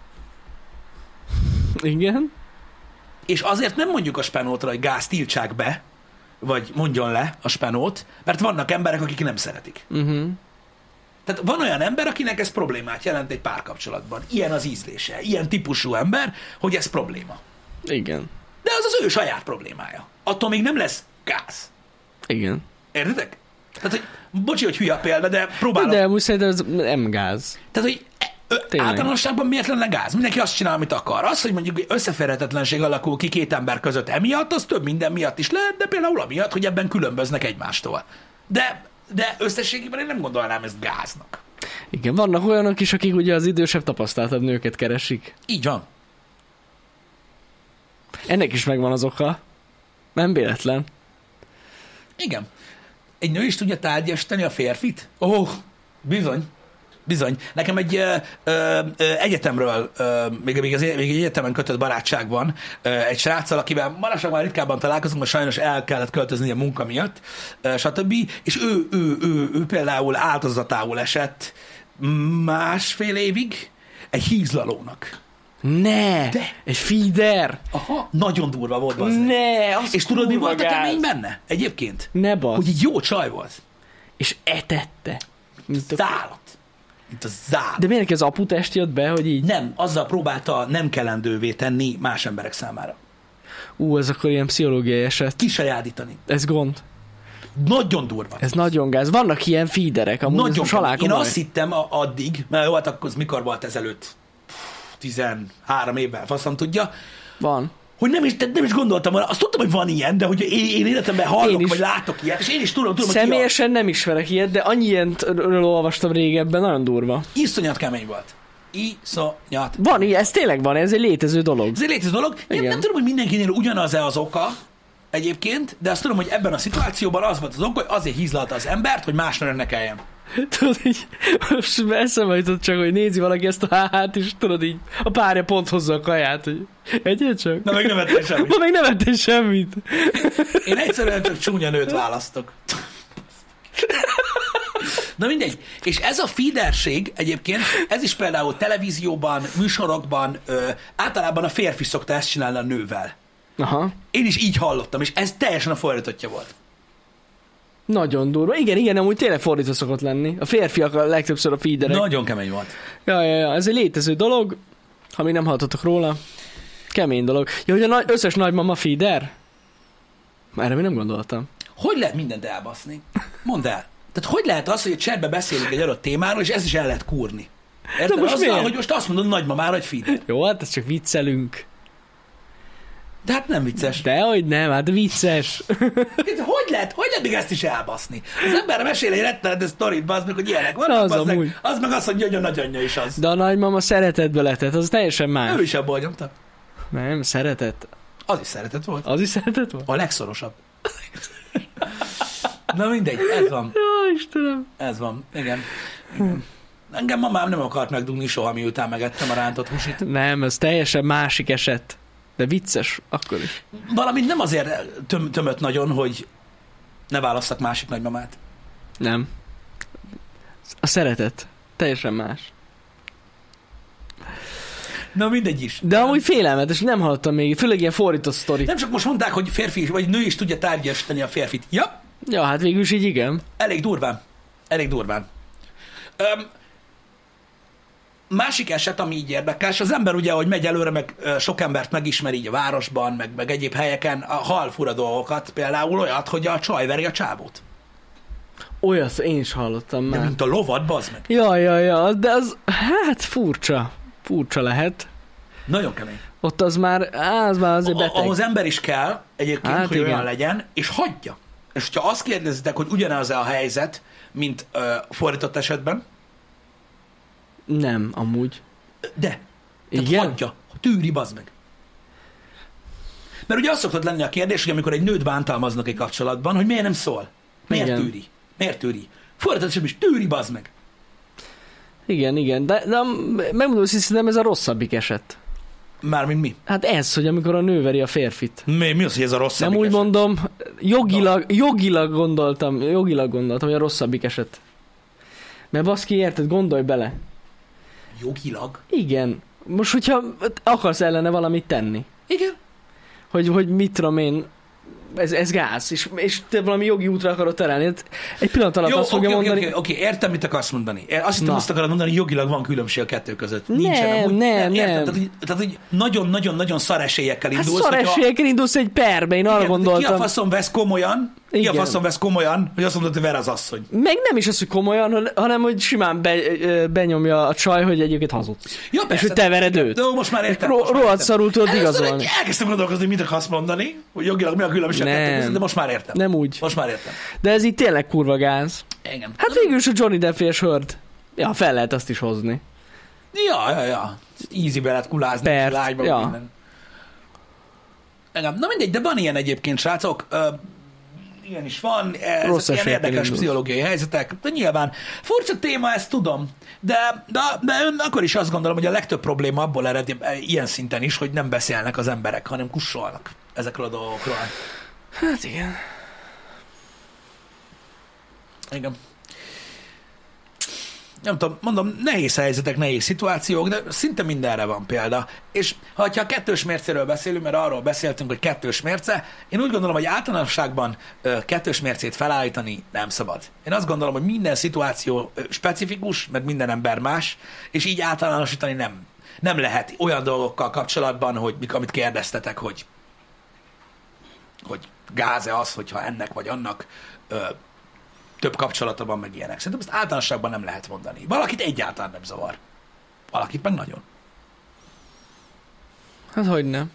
Speaker 2: Igen.
Speaker 1: És azért nem mondjuk a spenótra, hogy gáz, tiltsák be, vagy mondjon le a spenót, mert vannak emberek, akik nem szeretik.
Speaker 2: Uh-huh.
Speaker 1: Tehát van olyan ember, akinek ez problémát jelent egy párkapcsolatban. Ilyen az ízlése. Ilyen típusú ember, hogy ez probléma.
Speaker 2: Igen.
Speaker 1: De az az ő saját problémája. Attól még nem lesz gáz.
Speaker 2: Igen.
Speaker 1: Értitek? Tehát, hogy bocsi, hogy hülye a példa, de próbálom.
Speaker 2: De amúgy szerintem ez nem gáz.
Speaker 1: Tehát, hogy ö,
Speaker 2: Tényleg.
Speaker 1: általánosságban miért lenne gáz? Mindenki azt csinál, amit akar. Az, hogy mondjuk összeférhetetlenség alakul ki két ember között emiatt, az több minden miatt is lehet, de például amiatt, hogy ebben különböznek egymástól. De, de összességében én nem gondolnám ezt gáznak.
Speaker 2: Igen, vannak olyanok is, akik ugye az idősebb, tapasztaltabb nőket keresik.
Speaker 1: Így van.
Speaker 2: Ennek is megvan az oka. Nem véletlen.
Speaker 1: Igen. Egy nő is tudja tárgyasítani a férfit? Ó, oh, bizony. Bizony. Nekem egy ö, ö, ö, egyetemről, ö, még, még, az, még egy egyetemen kötött barátság van, ö, egy sráccal, akivel manapság már ritkábban találkozunk, mert sajnos el kellett költözni a munka miatt, ö, stb. És ő, ő, ő, ő például áldozatául esett másfél évig egy hízlalónak.
Speaker 2: Ne!
Speaker 1: De.
Speaker 2: Egy feeder!
Speaker 1: Aha, nagyon durva volt, bazdmeg.
Speaker 2: Ne! Az
Speaker 1: És tudod, mi
Speaker 2: kurva
Speaker 1: volt a
Speaker 2: gáz.
Speaker 1: kemény benne? Egyébként?
Speaker 2: Ne basz.
Speaker 1: Hogy egy jó csaj volt.
Speaker 2: És etette. Mint a...
Speaker 1: Zálat. Mint a zálat.
Speaker 2: De miért az aputest jött be, hogy így...
Speaker 1: Nem, azzal próbálta nem kellendővé tenni más emberek számára.
Speaker 2: Ú, ez akkor ilyen pszichológiai eset.
Speaker 1: Kisajátítani.
Speaker 2: Ez gond.
Speaker 1: Nagyon durva.
Speaker 2: Ez nagyon gáz. Vannak ilyen feederek, amúgy
Speaker 1: Nagyon
Speaker 2: ez most
Speaker 1: Én azt hittem a, addig, mert jó, hát akkor mikor volt ezelőtt? tizenhárom évvel, faszom tudja,
Speaker 2: Van.
Speaker 1: hogy nem is, nem is gondoltam, azt tudtam, hogy van ilyen, de hogy én, én életemben hallok,
Speaker 2: Én
Speaker 1: vagy látok ilyet, és én is tudom, tudom
Speaker 2: Személyesen nem ismerek ilyet, de annyi ilyentről olvastam régebben, nagyon durva.
Speaker 1: hogy iszonyat kemény volt. Iszonyat.
Speaker 2: Van, ilyen, ez tényleg van, ez egy létező dolog.
Speaker 1: Ez egy létező dolog. Nem,
Speaker 2: Igen.
Speaker 1: nem tudom, hogy mindenkinél ugyanaz-e az oka egyébként, de azt tudom, hogy ebben a szituációban az volt az oka, hogy azért hízlalta az embert, hogy másra ne kelljen.
Speaker 2: Tudod, így, most eszembe jutott csak, hogy nézi valaki ezt a há-hát, és tudod így, a párja pont hozza a kaját, hogy egyet csak?
Speaker 1: Na meg nem ettél semmit.
Speaker 2: Ma meg nem ettél semmit.
Speaker 1: Én egyszerűen csak csúnya nőt választok. Na mindegy. És ez a feederség egyébként, ez is például televízióban, műsorokban, ö, általában a férfi szokta ezt csinálni a nővel.
Speaker 2: Aha.
Speaker 1: Én is így hallottam, és ez teljesen a fordítottja volt.
Speaker 2: Nagyon durva. Igen, igen, amúgy tényleg fordítva szokott lenni. A férfiak a legtöbbször a feederek.
Speaker 1: Nagyon kemény volt.
Speaker 2: Ja, ja, ja, ez egy létező dolog, ha még nem hallottatok róla. Kemény dolog. Ja, hogy a nagy, összes nagymama feeder? Erre még nem gondoltam.
Speaker 1: Hogy lehet mindent elbaszni? Mondd el. Tehát hogy lehet az, hogy egy chatbe beszélünk egy adott témáról, és ez is el lehet kúrni? Érted?
Speaker 2: most
Speaker 1: Azzal,
Speaker 2: miért?
Speaker 1: hogy most azt mondod nagymamára, hogy feeder.
Speaker 2: Jó, hát ez csak viccelünk.
Speaker 1: De hát nem vicces.
Speaker 2: Dehogy nem, hát vicces.
Speaker 1: Hogy lehet, hogy lehet még ezt is elbaszni? Az ember mesél egy rettenetes sztorit, bazd meg, hogy ilyenek
Speaker 2: Az
Speaker 1: vannak, bazd
Speaker 2: amúgy.
Speaker 1: meg, az meg azt mondja, hogy a nagyanyja is az.
Speaker 2: De a nagymama szeretetbe letett, az teljesen más.
Speaker 1: Ő is abból nyomta.
Speaker 2: Nem, szeretet.
Speaker 1: Az is szeretet volt.
Speaker 2: Az is szeretet volt?
Speaker 1: A legszorosabb. Na mindegy, ez van.
Speaker 2: Jó, Istenem.
Speaker 1: Ez van, igen. igen. Engem mamám nem akart megdugni soha, miután megettem a rántott húsit.
Speaker 2: Nem, ez teljesen másik eset. De vicces, akkor is.
Speaker 1: Valamint nem azért töm- tömött nagyon, hogy ne válasszak másik nagymamát.
Speaker 2: Nem. A szeretet. Teljesen más.
Speaker 1: Na mindegy is.
Speaker 2: De amúgy félelmetes, nem hallottam még, főleg ilyen fordított sztorit.
Speaker 1: Nem csak most mondták, hogy férfi is, vagy nő is tudja tárgyasítani a férfit. Ja,
Speaker 2: Ja, hát végül is így igen.
Speaker 1: elég durván. Elég durván. Öm, másik eset, ami így érdekes, az ember ugye, hogy megy előre, meg ö, sok embert megismer így a városban, meg, meg egyéb helyeken, a hal fura dolgokat, például olyat, hogy a csaj veri a csávót.
Speaker 2: Olyat én is hallottam
Speaker 1: De
Speaker 2: már.
Speaker 1: mint a lovad, bazd meg.
Speaker 2: Ja, ja, ja, de az, hát furcsa. Furcsa lehet.
Speaker 1: Nagyon kemény.
Speaker 2: Ott az már, á, az már azért
Speaker 1: A-
Speaker 2: beteg.
Speaker 1: ahhoz ember is kell egyébként,
Speaker 2: Hát
Speaker 1: hogy
Speaker 2: igen.
Speaker 1: olyan legyen, és hagyja. És hogyha azt kérdezitek, hogy ugyanaz a helyzet, mint ö, fordított esetben,
Speaker 2: Nem, amúgy.
Speaker 1: de. Tehát
Speaker 2: Igen?
Speaker 1: hagyja. Tűri, bazd meg. Mert ugye az szokott lenni a kérdés, hogy amikor egy nőt bántalmaznak egy kapcsolatban, hogy miért nem szól? Miért
Speaker 2: Igen.
Speaker 1: tűri? Miért tűri? Fordított esetben is tűri, bazd meg.
Speaker 2: Igen, igen, de, de megmondom, hogy szerintem ez a rosszabbik eset.
Speaker 1: Mármint mi?
Speaker 2: Hát ez, hogy amikor a nő veri a férfit.
Speaker 1: Mi, mi az, hogy ez a rosszabbik
Speaker 2: Nem úgy
Speaker 1: eset?
Speaker 2: mondom, jogilag, jogilag gondoltam, jogilag gondoltam, hogy a rosszabbik eset. Mert baszki, érted, gondolj bele.
Speaker 1: Jogilag?
Speaker 2: Igen. Most, hogyha akarsz ellene valamit tenni,
Speaker 1: Igen.
Speaker 2: hogy, hogy mit tudom én, ez, ez gáz, és, és te valami jogi útra akarod terelni. Hát egy pillanat alatt
Speaker 1: Jó,
Speaker 2: azt
Speaker 1: oké,
Speaker 2: fogja
Speaker 1: oké,
Speaker 2: mondani...
Speaker 1: oké, oké, értem, mit akarsz mondani. Én azt hittem,
Speaker 2: Na.
Speaker 1: azt akarod mondani, hogy jogilag van különbség a kettő között.
Speaker 2: Nem,
Speaker 1: Nincsen, amúgy,
Speaker 2: nem,
Speaker 1: értem,
Speaker 2: nem.
Speaker 1: Tehát, hogy, tehát, hogy nagyon-nagyon-nagyon szar esélyekkel
Speaker 2: Hát
Speaker 1: indulsz.
Speaker 2: szar
Speaker 1: hogyha-
Speaker 2: esélyekkel indulsz egy perbe, én arra
Speaker 1: Igen, Ki a
Speaker 2: gondoltam.
Speaker 1: faszom vesz komolyan, ki a
Speaker 2: Igen.
Speaker 1: faszom vesz komolyan, hogy azt mondod, hogy ver az asszony.
Speaker 2: Meg nem is az, hogy komolyan, han- hanem hogy simán be, ö, benyomja a csaj, hogy egyébként hazudsz.
Speaker 1: Ja,
Speaker 2: És
Speaker 1: persze.
Speaker 2: hogy te vered őt.
Speaker 1: De most már értem.
Speaker 2: Ro-
Speaker 1: most már
Speaker 2: rohadt
Speaker 1: értem.
Speaker 2: szarul tudod
Speaker 1: Először
Speaker 2: igazolni.
Speaker 1: egy- Elkezdtem gondolkozni, mit akarsz mondani, hogy jogilag mi a különbség a kettő
Speaker 2: Nem.
Speaker 1: között, de most már értem.
Speaker 2: Nem úgy.
Speaker 1: Most már értem.
Speaker 2: De ez így tényleg kurva gáz.
Speaker 1: Igen.
Speaker 2: Hát végül is a Johnny Depp-es hörd. Ja, fel lehet azt is hozni.
Speaker 1: Ja, ja, ja. Easy be lehet kulázni.
Speaker 2: Pert,
Speaker 1: lágyba,
Speaker 2: ja.
Speaker 1: minden. Engem. Na mindegy, de van ilyen egyébként, srácok. Ö, ilyen is van, ez
Speaker 2: Rossz
Speaker 1: ilyen
Speaker 2: esélyt
Speaker 1: érdekes
Speaker 2: indulsz.
Speaker 1: pszichológiai helyzetek, de nyilván furcsa téma, ezt tudom, de, de, de ön akkor is azt gondolom, hogy a legtöbb probléma abból ered ilyen szinten is, hogy nem beszélnek az emberek, hanem kussolnak ezekről a dolgokról.
Speaker 2: Hát igen.
Speaker 1: Igen. Nem tudom, mondom, nehéz helyzetek, nehéz szituációk, de szinte mindenre van példa. És ha a kettős mércéről beszélünk, mert arról beszéltünk, hogy kettős mérce, én úgy gondolom, hogy általánosságban ö, kettős mércét felállítani nem szabad. Én azt gondolom, hogy minden szituáció ö, specifikus, mert minden ember más, és így általánosítani nem, nem lehet olyan dolgokkal kapcsolatban, hogy amit kérdeztetek, hogy, hogy gáz-e az, hogyha ennek vagy annak ö, több kapcsolata van, meg ilyenek. Szerintem ezt általánosságban nem lehet mondani. Valakit egyáltalán nem zavar. Valakit meg nagyon.
Speaker 2: Hát hogy nem.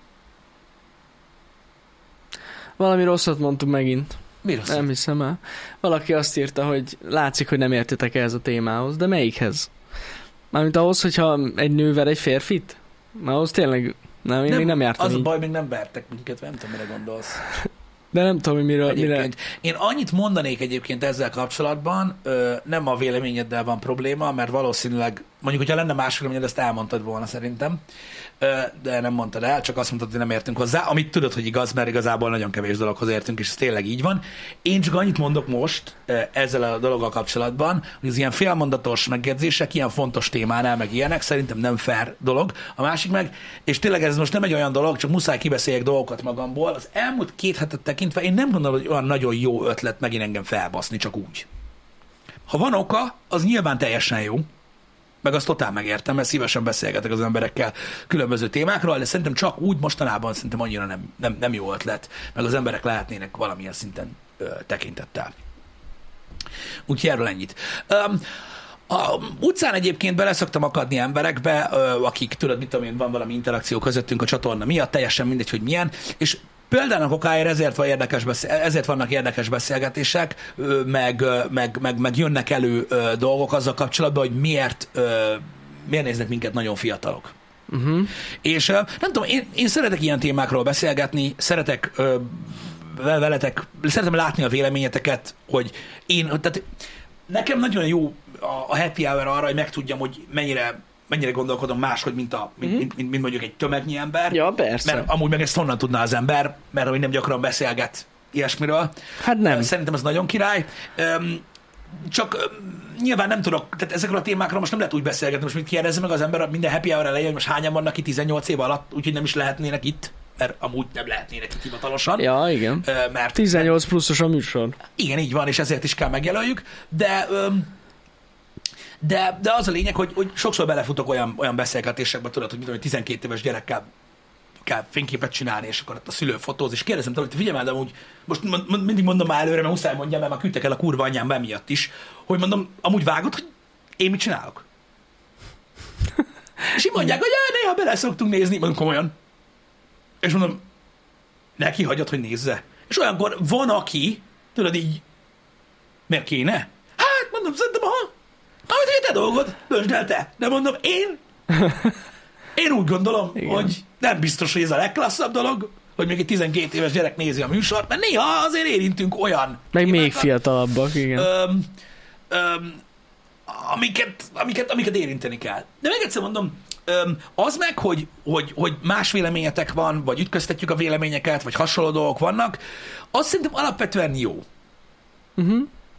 Speaker 2: Valami rosszat mondtunk megint.
Speaker 1: Mi rossz?
Speaker 2: Nem hiszem el. Valaki azt írta, hogy látszik, hogy nem értetek ehhez a témához. De melyikhez? Mármint ahhoz, hogyha egy nő ver egy férfit? Mert ahhoz tényleg nem, én nem, még nem jártam
Speaker 1: Az
Speaker 2: így.
Speaker 1: a baj, még nem vertek minket, nem tudom, mire gondolsz.
Speaker 2: De nem tudom, hogy miről, mire...
Speaker 1: Egyébként. Én annyit mondanék egyébként ezzel kapcsolatban, ö, nem a véleményeddel van probléma, mert valószínűleg, mondjuk, hogyha lenne más véleményed, ezt elmondtad volna szerintem, ö, de nem mondtad el, csak azt mondtad, hogy nem értünk hozzá, amit tudod, hogy igaz, mert igazából nagyon kevés dologhoz értünk, és ez tényleg így van. Én csak annyit mondok most ö, ezzel a dologgal kapcsolatban, hogy az ilyen félmondatos megjegyzések ilyen fontos témánál, meg ilyenek, szerintem nem fair dolog. A másik meg, és tényleg ez most nem egy olyan dolog, csak muszáj kibeszéljek dolgokat magamból, az elmúlt két hetet tekintve én nem gondolom, hogy olyan nagyon jó ötlet megint engem felbaszni, csak úgy. Ha van oka, az nyilván teljesen jó, meg azt totál megértem, mert szívesen beszélgetek az emberekkel különböző témákról, de szerintem csak úgy mostanában szerintem annyira nem, nem, nem jó ötlet, meg az emberek lehetnének valamilyen szinten ö, tekintettel. Úgyhogy erről ennyit. Um, a utcán egyébként bele szoktam akadni emberekbe, ö, akik, tudod, mit tudom én, van valami interakció közöttünk a csatorna miatt, teljesen mindegy, hogy milyen, és például okáért ezért, van érdekes beszél, ezért vannak érdekes beszélgetések, ö, meg, ö, meg, meg, meg jönnek elő ö, dolgok azzal kapcsolatban, hogy miért, ö, miért néznek minket nagyon fiatalok.
Speaker 2: Uh-huh.
Speaker 1: És ö, nem tudom, én, én szeretek ilyen témákról beszélgetni, szeretek ö, veletek, szeretem látni a véleményeteket, hogy én, tehát nekem nagyon jó a, a happy hour arra, hogy megtudjam, hogy mennyire mennyire gondolkodom máshogy, mint, a, mint, mm. mint, mint, mint mondjuk egy tömegnyi ember.
Speaker 2: Ja, persze.
Speaker 1: Mert amúgy meg ezt honnan tudná az ember, mert amúgy nem gyakran beszélget ilyesmiről.
Speaker 2: Hát nem.
Speaker 1: Szerintem ez nagyon király. Csak nyilván nem tudok, tehát ezekről a témákról most nem lehet úgy beszélgetni, most mit kérdezze meg az ember minden happy hour elején, hogy most hányan vannak itt tizennyolc év alatt, úgyhogy nem is lehetnének itt, mert amúgy nem lehetnének itt hivatalosan.
Speaker 2: Ja, igen.
Speaker 1: Mert,
Speaker 2: tizennyolc pluszos a műsor.
Speaker 1: Igen, így van, és ezért is kell megjelöljük, de... De, de az a lényeg, hogy, hogy sokszor belefutok olyan, olyan beszélgetésekbe, tudod, hogy mit tudom, hogy tizenkét éves gyerekkel kell fényképet csinálni, és akkor ott a szülő fotóz, és kérdezem tőle, hogy figyelj már, de amúgy, most mindig mondom már előre, mert muszáj mondjam, mert már küldtek el a kurva anyám emiatt is, hogy mondom, amúgy vágod, hogy én mit csinálok? És így mondják, hogy jaj, néha bele szoktunk nézni, mondom komolyan. És mondom, neki hagyod, hogy nézze. És olyankor van, aki, tudod így, miért kéne? Hát, mondom, szerintem, aha, amit egy te dolgod, döntsd el te. De mondom, én, én úgy gondolom, igen, hogy nem biztos, hogy ez a legklasszabb dolog, hogy még egy tizenkét éves gyerek nézi a műsort, mert néha azért érintünk olyan
Speaker 2: meg
Speaker 1: témákat,
Speaker 2: még fiatalabbak, igen.
Speaker 1: Öm, öm, amiket, amiket, amiket érinteni kell. De még egyszer mondom, öm, az meg, hogy, hogy, hogy más véleményetek van, vagy ütköztetjük a véleményeket, vagy hasonló dolgok vannak, az szerintem alapvetően jó.
Speaker 2: Uh-huh.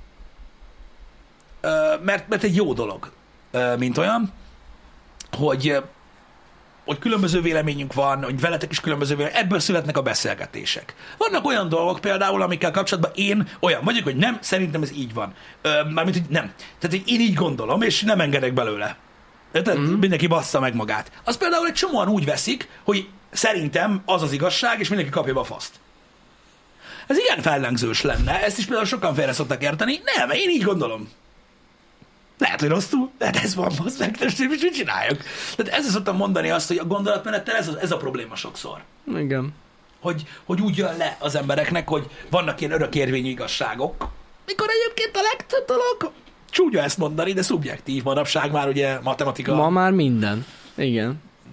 Speaker 1: Mert, mert egy jó dolog, mint olyan, hogy, hogy különböző véleményünk van, hogy veletek is különböző véleményünk, ebből születnek a beszélgetések. Vannak olyan dolgok például, amikkel kapcsolatban én olyan vagyok, hogy nem, szerintem ez így van. Mármint, hogy nem. Tehát, hogy én így gondolom, és nem engedek belőle. Tehát mm. mindenki bassza meg magát. Az például egy csomóan úgy veszik, hogy szerintem az az igazság, és mindenki kapja be a faszt. Ez igen fellengzős lenne, ezt is például sokan félre szoktak érteni. Nem, én így gondolom. Lehet, hogy rosszul, de ez van, az meg, és mit csináljak? Tehát ezzel szoktam mondani azt, hogy a gondolatmenettel ez a, ez a probléma sokszor.
Speaker 2: Igen.
Speaker 1: Hogy, hogy úgy jön le az embereknek, hogy vannak ilyen örökérvényű igazságok, mikor egyébként a legtöbb dolog, csúnya ezt mondani, de szubjektív manapság már ugye matematika.
Speaker 2: Ma már minden. Igen.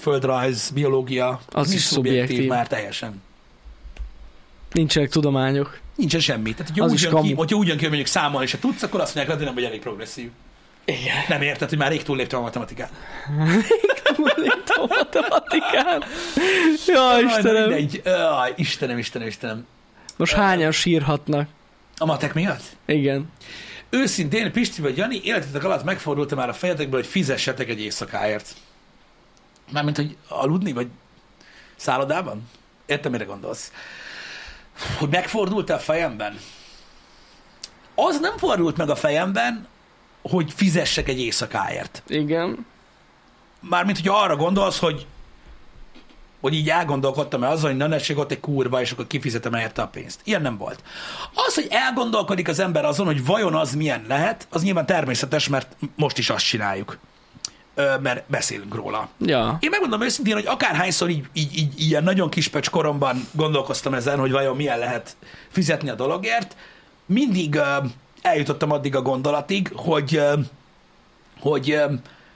Speaker 1: földrajz, biológia,
Speaker 2: Az
Speaker 1: mi
Speaker 2: is szubjektív.
Speaker 1: már teljesen.
Speaker 2: Nincsenek tudományok.
Speaker 1: Nincsen semmi. Tehát, hogyha
Speaker 2: Az
Speaker 1: úgy,
Speaker 2: is
Speaker 1: jön ki,
Speaker 2: kamu.
Speaker 1: hogyha úgy jön ki, hogy mondjuk számolni se tudsz, akkor azt mondják, hogy nem vagy elég progresszív.
Speaker 2: Igen.
Speaker 1: Nem érted, hogy már rég túlléptem a matematikát.
Speaker 2: Túléltem a matematikán. Ja, Istenem.
Speaker 1: Mindegy. Jaj, Istenem, Istenem, Istenem.
Speaker 2: Most hányan sírhatnak?
Speaker 1: A matek miatt?
Speaker 2: Igen.
Speaker 1: Őszintén, Pisti vagy Jani, életetek alatt megfordult már a fejetekből, hogy fizessetek egy éjszakáért. Mármint, hogy aludni, vagy szállodában? Értem, mire gondolsz. Hogy megfordult a fejemben? Az nem fordult meg a fejemben, hogy fizessek egy éjszakáért.
Speaker 2: Igen.
Speaker 1: Mármint, hogyha arra gondolsz, hogy hogy így elgondolkodtam-e azzal, hogy na ne ott egy kurva, és akkor kifizetem érte a pénzt. Ilyen nem volt. Az, hogy elgondolkodik az ember azon, hogy vajon az milyen lehet, az nyilván természetes, mert most is azt csináljuk. Ö, mert beszélünk róla.
Speaker 2: Ja.
Speaker 1: Én megmondom őszintén, hogy akárhányszor így, így, így ilyen nagyon kispöcs koromban gondolkoztam ezen, hogy vajon milyen lehet fizetni a dologért, mindig ö, eljutottam addig a gondolatig, hogy ö, hogy ö,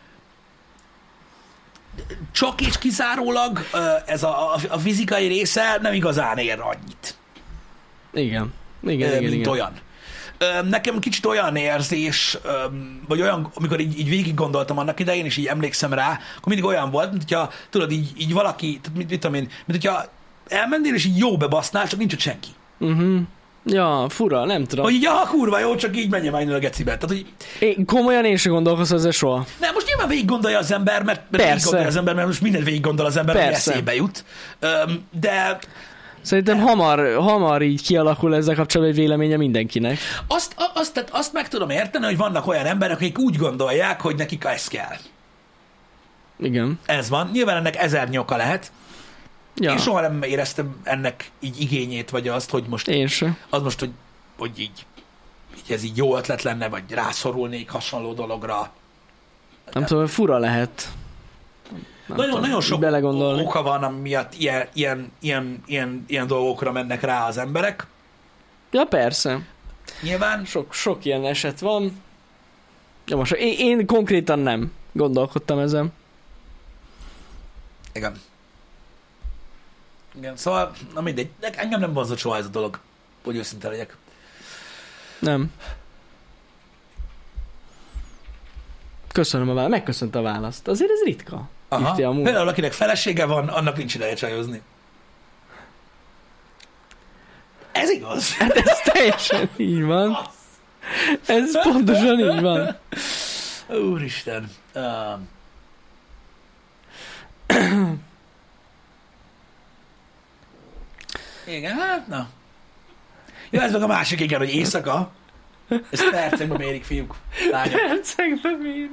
Speaker 1: csak és kizárólag ö, ez a, a, a fizikai része nem igazán ér annyit,
Speaker 2: Igen. Igen,
Speaker 1: ö,
Speaker 2: igen,
Speaker 1: mint
Speaker 2: igen.
Speaker 1: olyan. Ö, Nekem kicsit olyan érzés, ö, vagy olyan, amikor így, így végig gondoltam annak idején, és így emlékszem rá, akkor mindig olyan volt, mint hogyha, tudod, így, így valaki, mit, mit tudom én, mint hogyha elmennél, és így jó bebasznál, csak nincs ott senki.
Speaker 2: Uh-huh. Ja, fura, nem tudom.
Speaker 1: Hogy így, aha, kurva jó, csak így menjem majd a gecibe. Tehát, hogy
Speaker 2: Én, komolyan én sem gondolkozom ezzel soha.
Speaker 1: nem, most nyilván végig gondolja az ember, mert, mert
Speaker 2: Persze.
Speaker 1: végig gondolja az ember, mert most mindent végig gondol az ember, hogy
Speaker 2: Persze.
Speaker 1: eszébe jut. Öm, de
Speaker 2: Szerintem hamar, hamar így kialakul ezzel kapcsolatban egy véleménye mindenkinek.
Speaker 1: azt, a- azt, tehát azt meg tudom érteni, hogy vannak olyan emberek, akik úgy gondolják, hogy nekik ez kell.
Speaker 2: Igen.
Speaker 1: Ez van. Nyilván ennek ezer nyoka lehet.
Speaker 2: Ja.
Speaker 1: Én soha nem éreztem ennek így igényét, vagy azt, hogy most
Speaker 2: Én sem.
Speaker 1: az most, hogy, hogy így, így ez így jó ötlet lenne, vagy rászorulnék hasonló dologra.
Speaker 2: Nem tudom, fura lehet. Nem
Speaker 1: Nagyon,
Speaker 2: tudom,
Speaker 1: nagyon
Speaker 2: így
Speaker 1: sok
Speaker 2: belegondolni.
Speaker 1: oka van, ami miatt ilyen, ilyen, ilyen, ilyen, ilyen dolgokra mennek rá az emberek.
Speaker 2: Ja, persze.
Speaker 1: Nyilván.
Speaker 2: Sok, sok ilyen eset van. Ja, most én, én konkrétan nem gondolkodtam ezen.
Speaker 1: Igen. Igen, szóval, na mindegy, de engem nem vonzott soha ez a dolog, hogy őszinte legyek.
Speaker 2: Nem. Köszönöm a választ. Megköszönt a választ. Azért ez ritka.
Speaker 1: Aha.
Speaker 2: Pisti, amúgy.
Speaker 1: Például akinek felesége van, annak nincs ideje csajozni. Ez igaz.
Speaker 2: Hát ez teljesen így van. Ez pontosan így van.
Speaker 1: Úristen. Uh... Igen, hát na. Jó, ez meg a másik, igen, hogy éjszaka. Ezt percekben mérik, fiúk, lányok.
Speaker 2: Percekbe mér.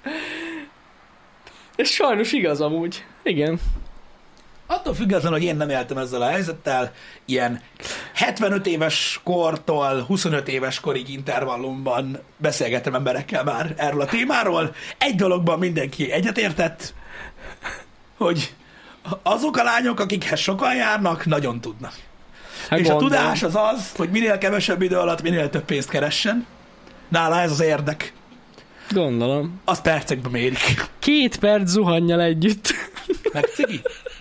Speaker 2: Ez sajnos igaz amúgy. Igen.
Speaker 1: Attól függetlenül, hogy én nem éltem ezzel a helyzettel, ilyen hetvenöt éves kortól huszonöt éves korig intervallumban beszélgettem emberekkel már erről a témáról. Egy dologban mindenki egyetértett, hogy azok a lányok, akikhez sokan járnak, nagyon tudnak.
Speaker 2: Hát
Speaker 1: És
Speaker 2: gondolom.
Speaker 1: a tudás az az, hogy minél kevesebb idő alatt minél több pénzt keressen. Nála ez az érdek.
Speaker 2: Gondolom.
Speaker 1: Azt percekben mérik.
Speaker 2: Két perc zuhannyal együtt.
Speaker 1: Meg cigi?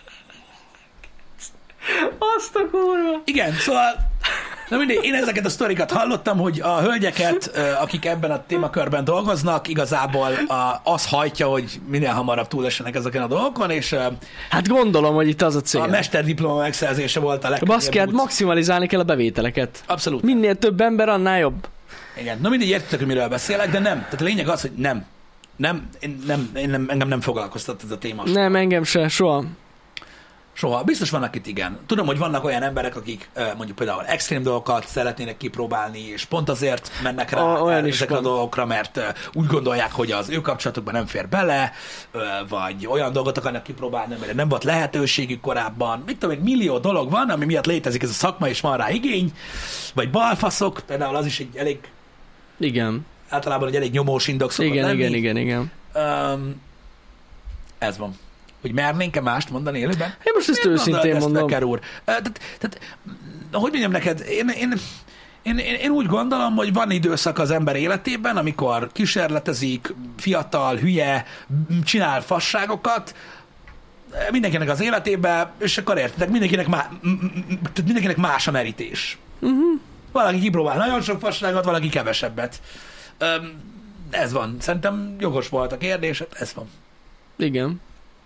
Speaker 2: Azt a kurva.
Speaker 1: Igen, szóval na mindegy, én ezeket a sztorikat hallottam, hogy a hölgyeket, ö, akik ebben a témakörben dolgoznak, igazából a, az hajtja, hogy minél hamarabb túlessenek ezeken a dolgokon, és ö,
Speaker 2: Hát gondolom, hogy itt az a cél.
Speaker 1: a mesterdiploma megszerzése volt a legkönnyebb
Speaker 2: Baszki, hát
Speaker 1: út.
Speaker 2: maximalizálni kell a bevételeket.
Speaker 1: Abszolút.
Speaker 2: Minél több ember, annál jobb.
Speaker 1: Igen. Na mindegy, értitek, hogy miről beszélek, de nem. Tehát a lényeg az, hogy nem. Nem, én nem, én nem engem nem foglalkoztat ez a téma.
Speaker 2: Nem, engem se, soha.
Speaker 1: Soha. Biztos vannak itt, igen. Tudom, hogy vannak olyan emberek, akik ö, mondjuk például extrém dolgokat szeretnének kipróbálni, és pont azért mennek rá
Speaker 2: A- olyan is
Speaker 1: ezekre a
Speaker 2: van.
Speaker 1: dolgokra, mert ö, úgy gondolják, hogy az ő kapcsolatokban nem fér bele, ö, vagy olyan dolgot akarnak kipróbálni, amire nem volt lehetőségük korábban. Mit tudom én, millió dolog van, ami miatt létezik ez a szakma, és van rá igény, vagy balfaszok, például az is egy elég,
Speaker 2: Igen.
Speaker 1: általában egy elég nyomós indok szokott
Speaker 2: Igen,
Speaker 1: lenni.
Speaker 2: igen, igen, igen.
Speaker 1: Um, ez van. Hogy mernénk-e mást mondani élőben?
Speaker 2: Én most ezt
Speaker 1: Miért
Speaker 2: őszintén
Speaker 1: gondolod ezt,
Speaker 2: mondom.
Speaker 1: Becker úr? Ö, Tehát, tehát, hogy mondjam neked, én, én, én, én, én úgy gondolom, hogy van időszak az ember életében, amikor kísérletezik, fiatal, hülye, csinál fasságokat, mindenkinek az életében, és akkor értitek, mindenkinek, má, mindenkinek más a merítés.
Speaker 2: Uh-huh.
Speaker 1: Valaki kipróbál nagyon sok fasságot, valaki kevesebbet. Öm, ez van. Szerintem jogos volt a kérdés, ez van.
Speaker 2: Igen.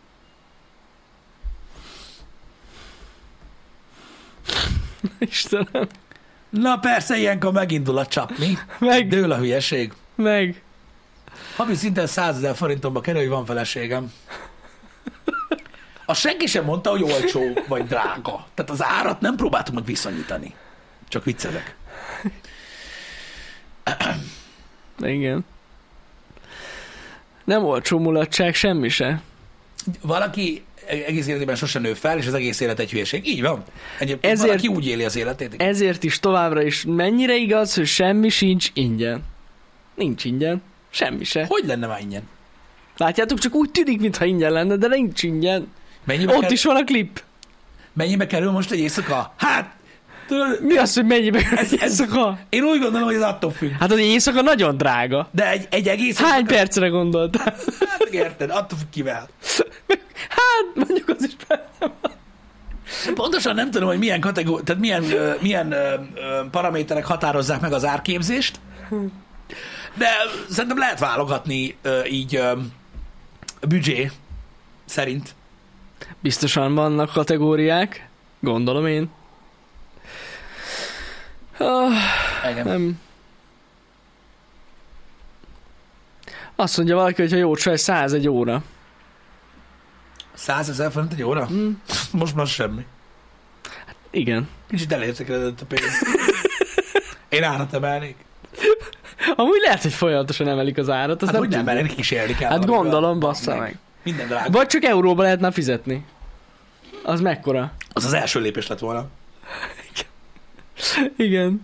Speaker 2: Istenem.
Speaker 1: Na persze, ilyenkor megindul a csap, mi?
Speaker 2: Meg.
Speaker 1: Dől a hülyeség.
Speaker 2: Meg.
Speaker 1: Havi szinten százezer forintomba kerül, hogy van feleségem. A senki sem mondta, hogy olcsó vagy drága. Tehát az árat nem próbáltuk meg viszonyítani. Csak viccelek.
Speaker 2: Igen. Nem olcsó mulatság, semmi se.
Speaker 1: Valaki egész életében sosem nő fel, és az egész élet egy hülyeség. Így van. Egyébként
Speaker 2: Ezért-
Speaker 1: valaki úgy éli az életét.
Speaker 2: Ezért is továbbra is mennyire igaz, hogy semmi sincs ingyen. Nincs ingyen. Semmi se.
Speaker 1: Hogy lenne már ingyen?
Speaker 2: Látjátok, csak úgy tűnik, mintha ingyen lenne, de nincs ingyen.
Speaker 1: Mennyibe,
Speaker 2: Ott
Speaker 1: kerül,
Speaker 2: is van a klip.
Speaker 1: mennyibe kerül most egy éjszaka? Hát, tudod,
Speaker 2: Mi az, hogy mennyibe kerül
Speaker 1: Ez-
Speaker 2: egy
Speaker 1: ez-
Speaker 2: éjszaka?
Speaker 1: én úgy gondolom, hogy ez attól függ.
Speaker 2: Hát az éjszaka nagyon drága.
Speaker 1: De egy, egy egész
Speaker 2: Hány
Speaker 1: éjszaka-
Speaker 2: percre gondoltál?
Speaker 1: Hát érted, attól függ kivel.
Speaker 2: Hát, mondjuk az is persze.
Speaker 1: Pontosan nem tudom, hogy milyen kategóri, tehát milyen, ö, milyen ö, ö, paraméterek határozzák meg az árképzést, de szerintem lehet válogatni ö, így ö, büdzsé szerint.
Speaker 2: Biztosan vannak kategóriák. Gondolom én. Ah,
Speaker 1: Igen.
Speaker 2: nem. Azt mondja valaki, hogy ha jó csaj, száz egy óra.
Speaker 1: százezer forint egy óra?
Speaker 2: Mm.
Speaker 1: Most már semmi.
Speaker 2: Igen.
Speaker 1: Kicsit elértekedett a pénz. Én árat emelnék.
Speaker 2: Amúgy lehet, hogy folyamatosan emelik az árat. Az
Speaker 1: Hát hogy nem,
Speaker 2: tudjuk.
Speaker 1: mert ennek kísérni kell.
Speaker 2: Hát
Speaker 1: valamivel.
Speaker 2: gondolom, bassza meg.
Speaker 1: Minden drága.
Speaker 2: Vagy csak euróba lehetne fizetni. Az mekkora?
Speaker 1: Az az első lépés lett volna.
Speaker 2: Igen.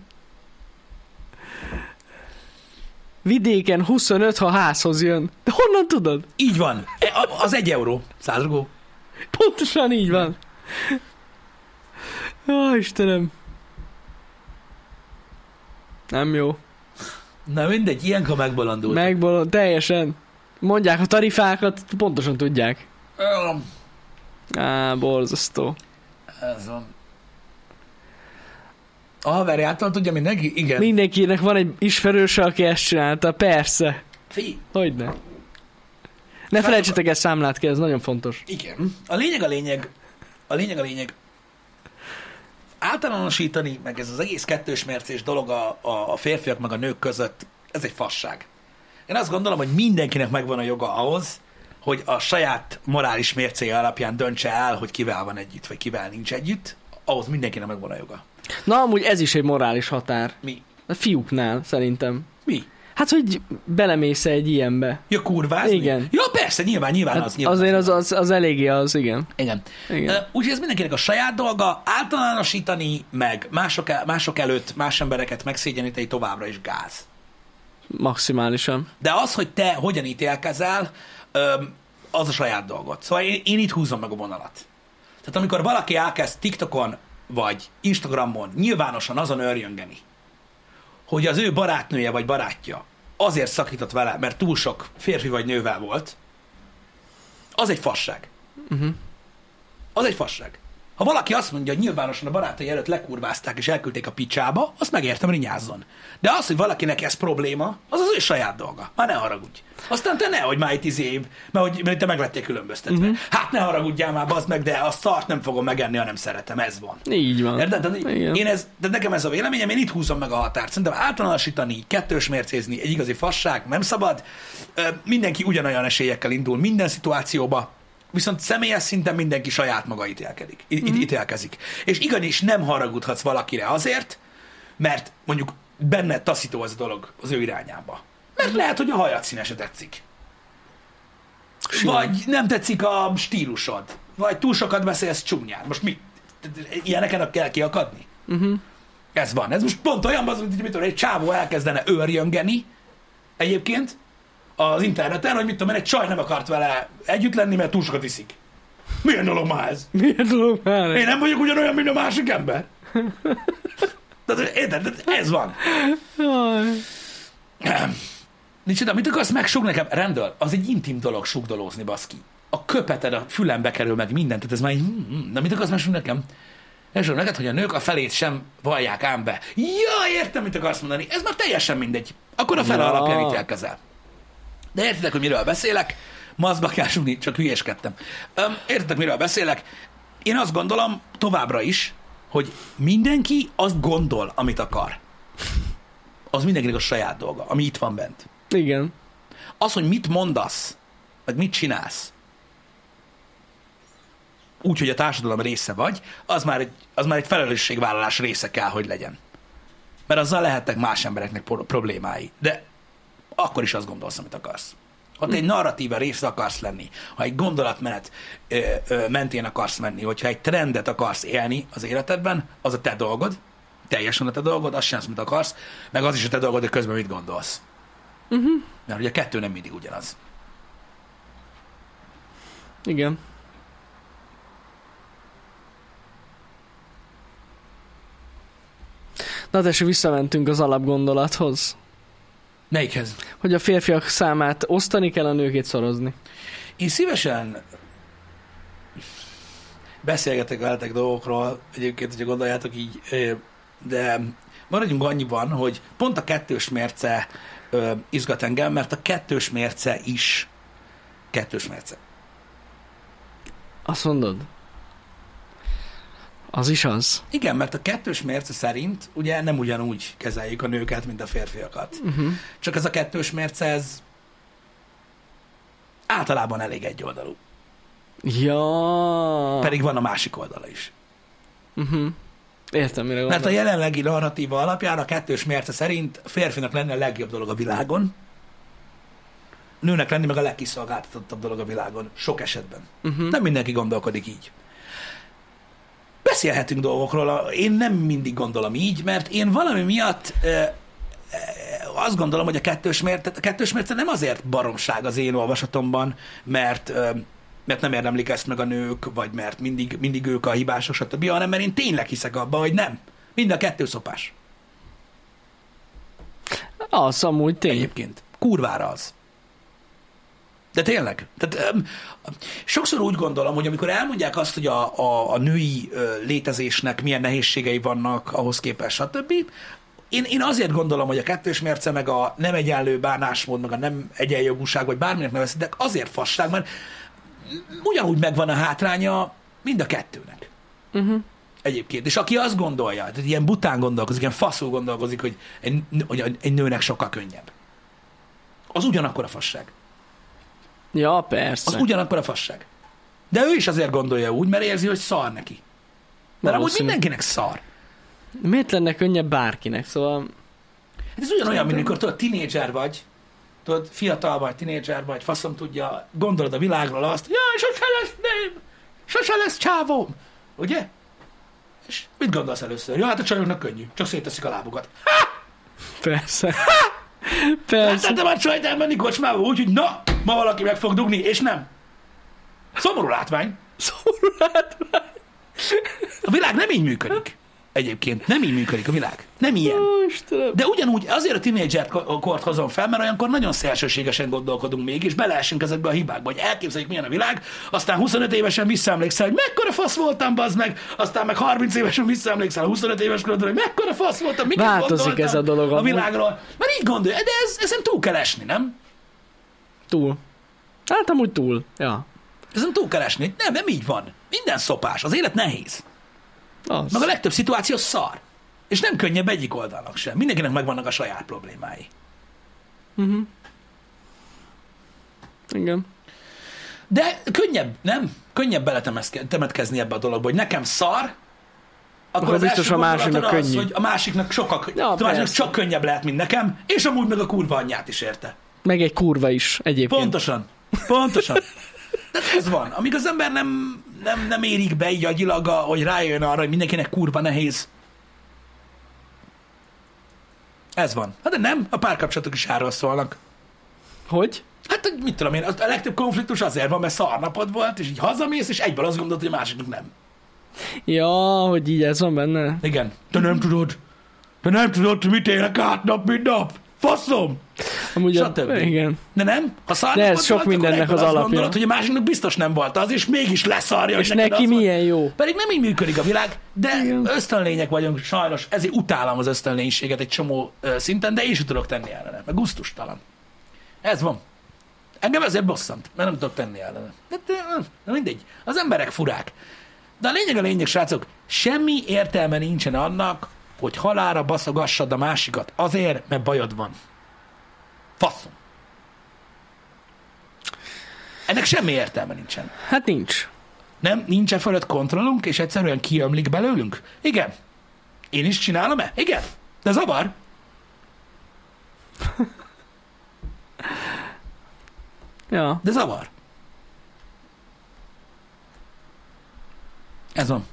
Speaker 2: Vidéken huszonöt, ha házhoz jön. De honnan tudod?
Speaker 1: Így van. E, a- Az egy euró. Száz rugó.
Speaker 2: Pontosan így van. Ó, Istenem. Nem jó.
Speaker 1: Na mindegy, ilyenkor megbolondult.
Speaker 2: Megbolond, teljesen. Mondják a tarifákat, pontosan tudják.
Speaker 1: Öm,
Speaker 2: Á, borzasztó.
Speaker 1: Ez van. A haverjától tudja mindenki? Igen.
Speaker 2: Mindenkinek van egy ismerőse, aki ezt csinálta, persze.
Speaker 1: Figyelj,
Speaker 2: Hogyne. Ne felejtsetek el számlát ki, ez nagyon fontos.
Speaker 1: igen. A lényeg a lényeg, a lényeg a lényeg, általánosítani, meg ez az egész kettős mércés dolog a, a, a férfiak meg a nők között, ez egy fasság. Én azt gondolom, hogy mindenkinek megvan a joga ahhoz, hogy a saját morális mércéje alapján döntse el, hogy kivel van együtt, vagy kivel nincs együtt, ahhoz mindenkinek megvan a joga.
Speaker 2: Na, amúgy ez is egy morális határ.
Speaker 1: Mi?
Speaker 2: A fiúknál, szerintem.
Speaker 1: Mi?
Speaker 2: Hát, hogy belemész egy ilyenbe.
Speaker 1: Ja, kurvázni?
Speaker 2: Igen.
Speaker 1: Ja, persze, nyilván, nyilván
Speaker 2: Hát
Speaker 1: az. Nyilván
Speaker 2: azért az, az, az eléggé az, igen.
Speaker 1: Igen.
Speaker 2: Igen.
Speaker 1: Ö, Úgyhogy ez mindenkinek a saját dolga, általánosítani, meg mások, el, mások előtt más embereket megszégyeníteni továbbra is gáz.
Speaker 2: Maximálisan.
Speaker 1: De az, hogy te hogyan ítélkezel, ö, az a saját dolgot. Szóval én, én itt húzom meg a vonalat. Tehát amikor valaki elkezd TikTokon vagy Instagramon nyilvánosan azon örjöngeni, hogy az ő barátnője vagy barátja azért szakított vele, mert túl sok férfi vagy nővel volt, az egy fasság.
Speaker 2: Uh-huh.
Speaker 1: Az egy fasság. Ha valaki azt mondja, hogy nyilvánosan a barátai előtt lekurvázták és elküldték a picsába, azt megértem, rinyázzon. De az, hogy valakinek ez probléma, az az ő saját dolga. Már ne haragudj. Aztán te nehogy már itt izébb, mert, hogy, mert te meg lettél különböztetve. Uh-huh. Hát ne haragudjál már, bazd meg, de a szart nem fogom megenni, ha nem szeretem. Ez van.
Speaker 2: Így van.
Speaker 1: Érted? De
Speaker 2: Igen.
Speaker 1: én ez, de nekem ez a véleményem, én itt húzom meg a határt. Szerintem általánosítani, kettős mércézni, egy igazi fasság, nem szabad. Ö, Mindenki ugyanolyan esélyekkel indul minden szituációba, viszont személyes szinten mindenki saját maga ítélkedik, í- mm. ítélkezik. És igenis nem haragudhatsz valakire azért, mert mondjuk benne taszító ez a dolog az ő irányába. Mert lehet, hogy a hajad színe se tetszik. Vagy nem tetszik a stílusod. Vagy túl sokat beszélsz csúnyán. Most mi? Ilyeneken kell kiakadni?
Speaker 2: Uh-huh.
Speaker 1: Ez van. Ez most pont olyan, az, mint mit tudom, egy csávó elkezdene őrjöngeni egyébként az interneten, hogy mit tudom én, egy csaj nem akart vele együtt lenni, mert túl sokat iszik. Milyen dolog már ez?
Speaker 2: Milyen dolog már?
Speaker 1: Én nem vagyok ugyanolyan, mint a másik ember. Tehát, érted? Ez van. Nincs oda, mit akarsz megsugni nekem? Rendőr, az egy intim dolog sugdolózni, baszki. a köpeted a fülembe kerül meg mindent, tehát ez már így, hm, hm, na mit akarsz mesélni nekem? És neked, hogy a nők a felét sem vallják ám be. Ja, értem, mit akarsz mondani. Ez már teljesen mindegy. Akkor a fele
Speaker 2: Ja.
Speaker 1: alapján ítélkezel. De értitek, hogy miről beszélek? Maszkba kell súgni, csak hülyéskedtem. Öm, értitek, miről beszélek? Én azt gondolom továbbra is, hogy mindenki azt gondol, amit akar. Az mindenkinek a saját dolga, ami itt van bent.
Speaker 2: Igen.
Speaker 1: Az, hogy mit mondasz, vagy mit csinálsz, úgy, hogy a társadalom része vagy, az már egy, az már egy felelősségvállalás része kell, hogy legyen. Mert azzal lehetnek más embereknek pro- problémái. De akkor is azt gondolsz, amit akarsz. Ha te egy narratíva része akarsz lenni, ha egy gondolatmenet ö, ö, mentén akarsz menni, hogyha egy trendet akarsz élni az életedben, az a te dolgod, teljesen a te dolgod, az sem, amit akarsz, meg az is a te dolgod, hogy közben mit gondolsz. Uh-huh. Mert ugye a kettő nem mindig ugyanaz.
Speaker 2: Igen. Na tessék, visszamentünk az alapgondolathoz,
Speaker 1: Melyikhez?
Speaker 2: hogy a férfiak számát osztani kell, a nőkét szorozni.
Speaker 1: Én szívesen beszélgetek veletek dolgokról, egyébként, hogyha gondoljátok így, ö, de maradjunk annyiban, hogy pont a kettős mérce ö, izgat engem, mert a kettős mérce is kettős mérce.
Speaker 2: Azt mondod? Az is az.
Speaker 1: Igen, mert a kettős mérce szerint ugye nem ugyanúgy kezeljük a nőket, mint a férfiakat.
Speaker 2: Uh-huh.
Speaker 1: Csak ez a kettős mérce, ez általában elég egyoldalú.
Speaker 2: Ja.
Speaker 1: Pedig van a másik oldala is.
Speaker 2: Uh-huh. Értem, mire gondolsz.
Speaker 1: Mert a jelenlegi narratíva alapján a kettős mérce szerint férfinak lenne a legjobb dolog a világon, nőnek lenni meg a legkiszolgáltatottabb dolog a világon, sok esetben.
Speaker 2: Uh-huh.
Speaker 1: Nem mindenki gondolkodik így. Beszélhetünk dolgokról, én nem mindig gondolom így, mert én valami miatt e, e, azt gondolom, hogy a kettős mérce, a kettős mérce nem azért baromság az én olvasatomban, mert, e, mert nem érdemlik ezt meg a nők, vagy mert mindig, mindig ők a hibások, stb., hanem mert én tényleg hiszek abban, hogy nem. Mind a kettő szopás.
Speaker 2: Az amúgy tény.
Speaker 1: Egyébként. Kurvára az. De tényleg. Tehát, um, sokszor úgy gondolom, hogy amikor elmondják azt, hogy a, a, a női ö, létezésnek milyen nehézségei vannak ahhoz képest, stb., én, én azért gondolom, hogy a kettős mérce, meg a nem egyenlő bánásmód, meg a nem egyenjogúság, vagy bárminek nevezhetek, azért fasság, mert ugyanúgy megvan a hátránya mind a kettőnek.
Speaker 2: Uh-huh.
Speaker 1: Egyébként. És aki azt gondolja, tehát ilyen bután gondolkozik, ilyen faszul gondolkozik, hogy egy, hogy egy nőnek sokkal könnyebb, az ugyanakkor a fasság.
Speaker 2: Ja, persze.
Speaker 1: Az ugyanakkor a fasság. De ő is azért gondolja úgy, mert érzi, hogy szar neki. Mert amúgy
Speaker 2: Valószínű.
Speaker 1: mindenkinek szar.
Speaker 2: Miért lenne könnyebb bárkinek? Szóval...
Speaker 1: Ez ugyanolyan, mint amikor tudod, tinédzser vagy, tudod, fiatal vagy, tinédzser vagy, faszom tudja, gondolod a világról azt, jaj, sose lesz nőm, sose lesz csávóm, ugye? És mit gondolsz először? Ja, hát a csajoknak könnyű, csak szétteszik a lábukat. Ha!
Speaker 2: Persze. Persze.
Speaker 1: Láttam már csajt elmenni kocsmába úgy, hogy na, ma valaki meg fog dugni, és nem. Szomorú látvány.
Speaker 2: Szomorú látvány.
Speaker 1: A világ nem így működik. Egyébként nem így működik a világ. Nem ilyen.
Speaker 2: Ó, Istenem.
Speaker 1: De ugyanúgy azért a tínédzser kort hozom fel, mert olyankor nagyon szélsőségesen gondolkodunk még, és beleesünk ezekbe a hibákba, hogy elképzeljük, milyen a világ, aztán huszonöt évesen visszaemlékszel, hogy mekkora fasz voltam, bazd meg, aztán meg harminc évesen visszaemlékszel a huszonöt éves korodra, hogy mekkora fasz voltam, miket
Speaker 2: Változik
Speaker 1: gondoltam
Speaker 2: ez a dolog
Speaker 1: a
Speaker 2: amúgy.
Speaker 1: világról. Mert így gondolja, de ez, ezen túl kell esni, nem?
Speaker 2: Túl. Hát amúgy túl. Ja.
Speaker 1: Ezen túl kell esni. Nem, nem így van. Minden szopás. Az élet nehéz.
Speaker 2: Az.
Speaker 1: Meg a legtöbb szituáció szar. És nem könnyebb egyik oldalnak sem. Mindenkinek megvannak a saját problémái.
Speaker 2: Uh-huh. Igen.
Speaker 1: De könnyebb, nem? Könnyebb beletemetkezni ebbe a dologba, hogy nekem szar, akkor,
Speaker 2: Akkor
Speaker 1: az
Speaker 2: biztos
Speaker 1: első
Speaker 2: a másiknak
Speaker 1: gondolatod az,
Speaker 2: könnyű.
Speaker 1: hogy a másiknak sokkal,
Speaker 2: Ja,
Speaker 1: a másiknak
Speaker 2: persze.
Speaker 1: csak könnyebb lehet, mint nekem, és amúgy meg a kurva anyját is érte.
Speaker 2: Meg egy kurva is egyébként.
Speaker 1: Pontosan. Pontosan. De ez van. Amíg az ember nem, nem, nem érik be így agyilag, hogy rájön arra, hogy mindenkinek kurva nehéz. Ez van. Hát de nem, a párkapcsolatok is erről szólnak.
Speaker 2: Hogy?
Speaker 1: Hát hogy mit tudom én, az- a legtöbb konfliktus azért van, mert szarnapod volt, és így hazamész, és egyből azt gondolod, hogy a másiknak nem.
Speaker 2: Ja, hogy így ez van benne.
Speaker 1: Igen. Te nem tudod. Te nem tudod, hogy mit élek át nap, mint nap. Faszom!
Speaker 2: Amúgy a,
Speaker 1: Stb.
Speaker 2: igen.
Speaker 1: De nem? Ha szarnak
Speaker 2: De ez
Speaker 1: volt
Speaker 2: sok
Speaker 1: valaki, akkor
Speaker 2: mindennek
Speaker 1: egyből
Speaker 2: az
Speaker 1: azt
Speaker 2: alapja.
Speaker 1: Gondolod, hogy a másiknak biztos nem volt az, és mégis leszarja,
Speaker 2: És
Speaker 1: hogy neked
Speaker 2: neki
Speaker 1: az volt.
Speaker 2: milyen jó.
Speaker 1: Pedig nem így működik a világ, de
Speaker 2: Igen.
Speaker 1: ösztönlények vagyunk sajnos, ezért utálom az ösztönlénységet egy csomó ö, szinten, de én sem tudok tenni ellene, meg gusztustalan. Ez van. Engem ezért bosszant, mert nem tudok tenni ellene. De, de, de mindegy, az emberek furák. De a lényeg a lényeg, srácok, semmi értelme nincsen annak, hogy halálra baszogassad a másikat azért, mert bajod van. Faszom. Ennek semmi értelme nincsen.
Speaker 2: Hát nincs.
Speaker 1: Nem, nincsen fölött kontrollunk, és egyszerűen kiömlik belőlünk? Igen. Én is csinálom-e? Igen. De zavar.
Speaker 2: Ja.
Speaker 1: De zavar. Ez van.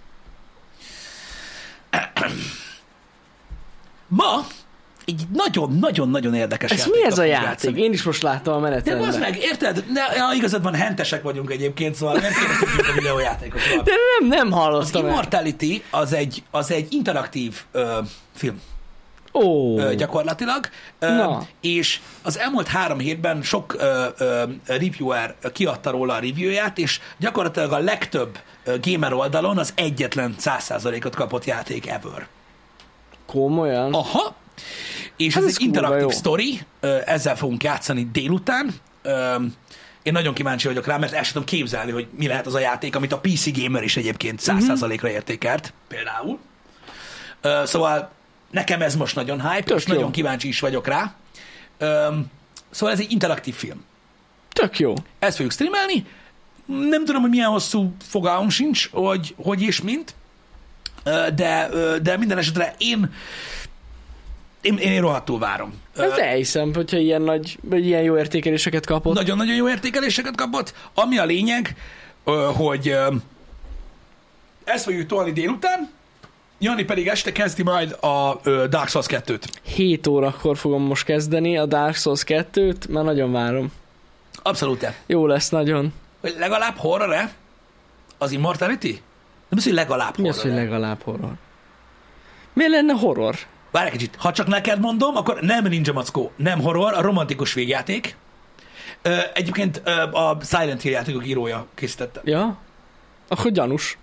Speaker 1: Ma egy nagyon-nagyon-nagyon érdekes
Speaker 2: Ez
Speaker 1: játékkal
Speaker 2: mi ez a
Speaker 1: fogunk
Speaker 2: játék?
Speaker 1: játszani.
Speaker 2: Én is most láttam a
Speaker 1: De
Speaker 2: menetrendben.
Speaker 1: az meg, érted? Ne, ja, igazad van, hentesek vagyunk egyébként, szóval nem tudjuk a videójátékokról.
Speaker 2: De nem, nem
Speaker 1: Az
Speaker 2: hallottam el.
Speaker 1: Immortality az egy, az egy interaktív ö, film.
Speaker 2: Ó,
Speaker 1: Ö, gyakorlatilag, ö,
Speaker 2: Na.
Speaker 1: és az elmúlt három hétben sok ö, ö, reviewer kiadta róla a reviewját, és gyakorlatilag a legtöbb ö, gamer oldalon az egyetlen száz százalékot kapott játék ever.
Speaker 2: komolyan?
Speaker 1: Aha! És
Speaker 2: Hát
Speaker 1: ez
Speaker 2: ez
Speaker 1: egy interaktív
Speaker 2: kurva jó.
Speaker 1: sztori, ö, ezzel fogunk játszani délután. Ö, Én nagyon kíváncsi vagyok rá, mert el sem tudom képzelni, hogy mi lehet az a játék, amit a pé cé Gamer is egyébként száz százalékra értékelt, például. Ö, Szóval nekem ez most nagyon hype,
Speaker 2: Tök
Speaker 1: és
Speaker 2: jó.
Speaker 1: nagyon kíváncsi is vagyok rá. Öm, Szóval ez egy interaktív film.
Speaker 2: Tök jó.
Speaker 1: Ezt fogjuk streamelni. Nem tudom, hogy milyen hosszú, fogalmam sincs, hogy, hogy és mint. Ö, De, ö, de minden esetre én én, én rohadtul várom. Ö,
Speaker 2: Ez elhiszem, hogyha ilyen nagy, vagy ilyen jó értékeléseket kapott.
Speaker 1: Nagyon-nagyon jó értékeléseket kapott. Ami a lényeg, ö, hogy ö, ezt fogjuk tolni délután, Jani pedig este kezdi majd a ö, Dark Souls kettőt.
Speaker 2: hét órakor fogom most kezdeni a Dark Souls kettőt, már nagyon várom.
Speaker 1: Abszolút.
Speaker 2: Jó lesz nagyon.
Speaker 1: Hogy legalább horror-e? Az Immortality? Nem az, hogy legalább
Speaker 2: Mi az, hogy
Speaker 1: horror-e.
Speaker 2: legalább horror? Miért lenne horror?
Speaker 1: Várj egy kicsit, ha csak neked mondom, akkor nem Ninja Mackó, nem horror, a romantikus végjáték. Ö, egyébként ö, a Silent Hill játékok írója készítette.
Speaker 2: Ja? Akkor gyanús.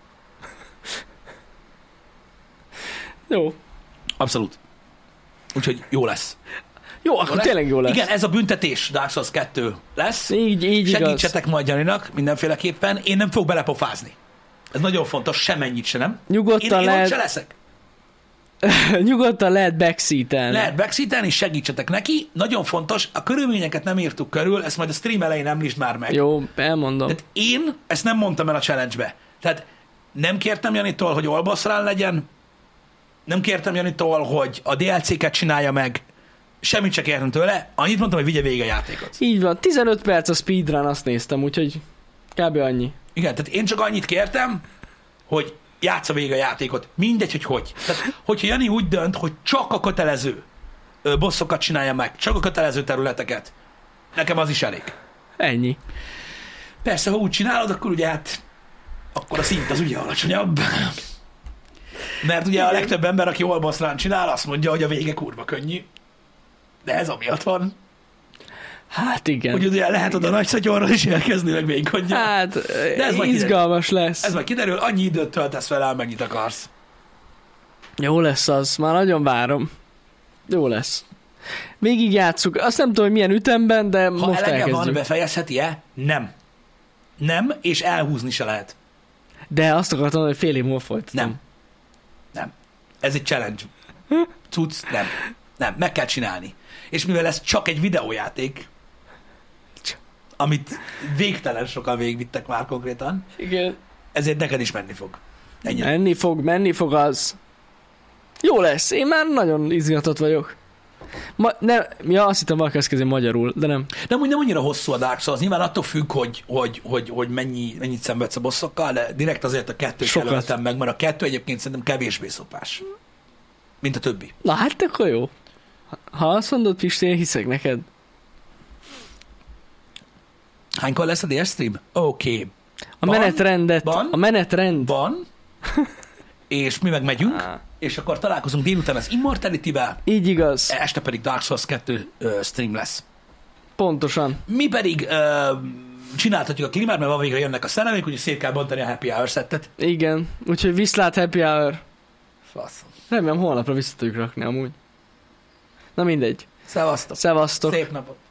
Speaker 2: Jó.
Speaker 1: Abszolút. Úgyhogy jó lesz.
Speaker 2: Jó, akkor
Speaker 1: lesz?
Speaker 2: tényleg jó lesz.
Speaker 1: Igen, ez a büntetés Dark Souls kettő lesz.
Speaker 2: Így, így igaz.
Speaker 1: Segítsetek majd Janinak mindenféleképpen. Én nem fog belepofázni. Ez nagyon fontos, semennyit se nem.
Speaker 2: Nyugodtan
Speaker 1: Én, én
Speaker 2: lehet-
Speaker 1: ott se leszek.
Speaker 2: Nyugodtan lehet backseat-elni.
Speaker 1: Lehet backseat-elni, segítsetek neki. Nagyon fontos, a körülményeket nem írtuk körül, ezt majd a stream elején említsd már meg.
Speaker 2: Jó, elmondom.
Speaker 1: Tehát én ezt nem mondtam el a challenge-be. Tehát nem kértem Janitól, hogy All Run legyen, nem kértem Janitól, hogy a dé el cé-ket csinálja meg, semmit se kértem tőle, annyit mondtam, hogy vigye végig a játékot.
Speaker 2: Így van, tizenöt perc a speedrun, azt néztem, úgyhogy kb. Annyi.
Speaker 1: Igen, tehát én csak annyit kértem, hogy játsza végig a játékot. Mindegy, hogy hogy. Tehát, hogyha Jani úgy dönt, hogy csak a kötelező ö, bosszokat csinálja meg, csak a kötelező területeket, nekem az is elég.
Speaker 2: Ennyi.
Speaker 1: Persze, ha úgy csinálod, akkor ugye hát akkor a szint az ugye alacsonyabb. Mert ugye a legtöbb ember, aki All Run csinál, azt mondja, hogy a vége kurva könnyű. De ez amiatt van,
Speaker 2: Hát igen.
Speaker 1: hogy ugye lehet oda nagy szatyorral is elkezdni, meg még könnyű.
Speaker 2: Hát,
Speaker 1: ez majd
Speaker 2: izgalmas lesz.
Speaker 1: Ez majd kiderül, annyi időt töltesz vele, amennyit akarsz.
Speaker 2: Jó lesz az, már nagyon várom. Jó lesz. Végig játsszuk. Azt nem tudom, hogy milyen ütemben, de
Speaker 1: Ha
Speaker 2: most
Speaker 1: elege
Speaker 2: elkezdjük.
Speaker 1: van, befejezheti-e? Nem. Nem, és elhúzni se lehet.
Speaker 2: De azt akartam, hogy fél év múlva folytatom.
Speaker 1: Nem. Nem. Ez egy challenge. Cucc, nem. Nem, meg kell csinálni. És mivel ez csak egy videójáték, amit végtelen sokan végigvittek már konkrétan,
Speaker 2: Igen.
Speaker 1: ezért neked is menni fog. Ennyi.
Speaker 2: Menni fog, menni fog az. Jó lesz. Én már nagyon izgatott vagyok. Ma, nem, ja, azt hittem valaki azt kezdi magyarul, de nem.
Speaker 1: Nem, úgy nem annyira hosszú a Dark Souls, nyilván attól függ, hogy, hogy, hogy, hogy mennyi, mennyit szenvedsz a bosszokkal, de direkt azért a kettőt
Speaker 2: Sokat.
Speaker 1: jelöltem meg, mert a kettő egyébként szerintem kevésbé szopás, mint a többi.
Speaker 2: Na hát akkor jó. Ha azt mondod, Pisti, én hiszek neked.
Speaker 1: Hánykor lesz a dé es stream? Oké. Okay.
Speaker 2: A
Speaker 1: Van?
Speaker 2: menetrendet,
Speaker 1: Van?
Speaker 2: a menetrend.
Speaker 1: Van. és mi meg megyünk,
Speaker 2: Á.
Speaker 1: és akkor találkozunk délután az Immortality-vel,
Speaker 2: Így igaz.
Speaker 1: este pedig Dark Souls kettő ö, stream lesz.
Speaker 2: Pontosan.
Speaker 1: Mi pedig ö, csináltatjuk a klímát, mert ma végre jönnek a szerelmék, úgyhogy szét kell bontani a happy hour szettet.
Speaker 2: Igen. Úgyhogy viszlát happy hour.
Speaker 1: Fasz.
Speaker 2: Remélem holnapra vissza tudjuk rakni amúgy. Na mindegy.
Speaker 1: Szevasztok.
Speaker 2: Szevasztok.
Speaker 1: Szép napot.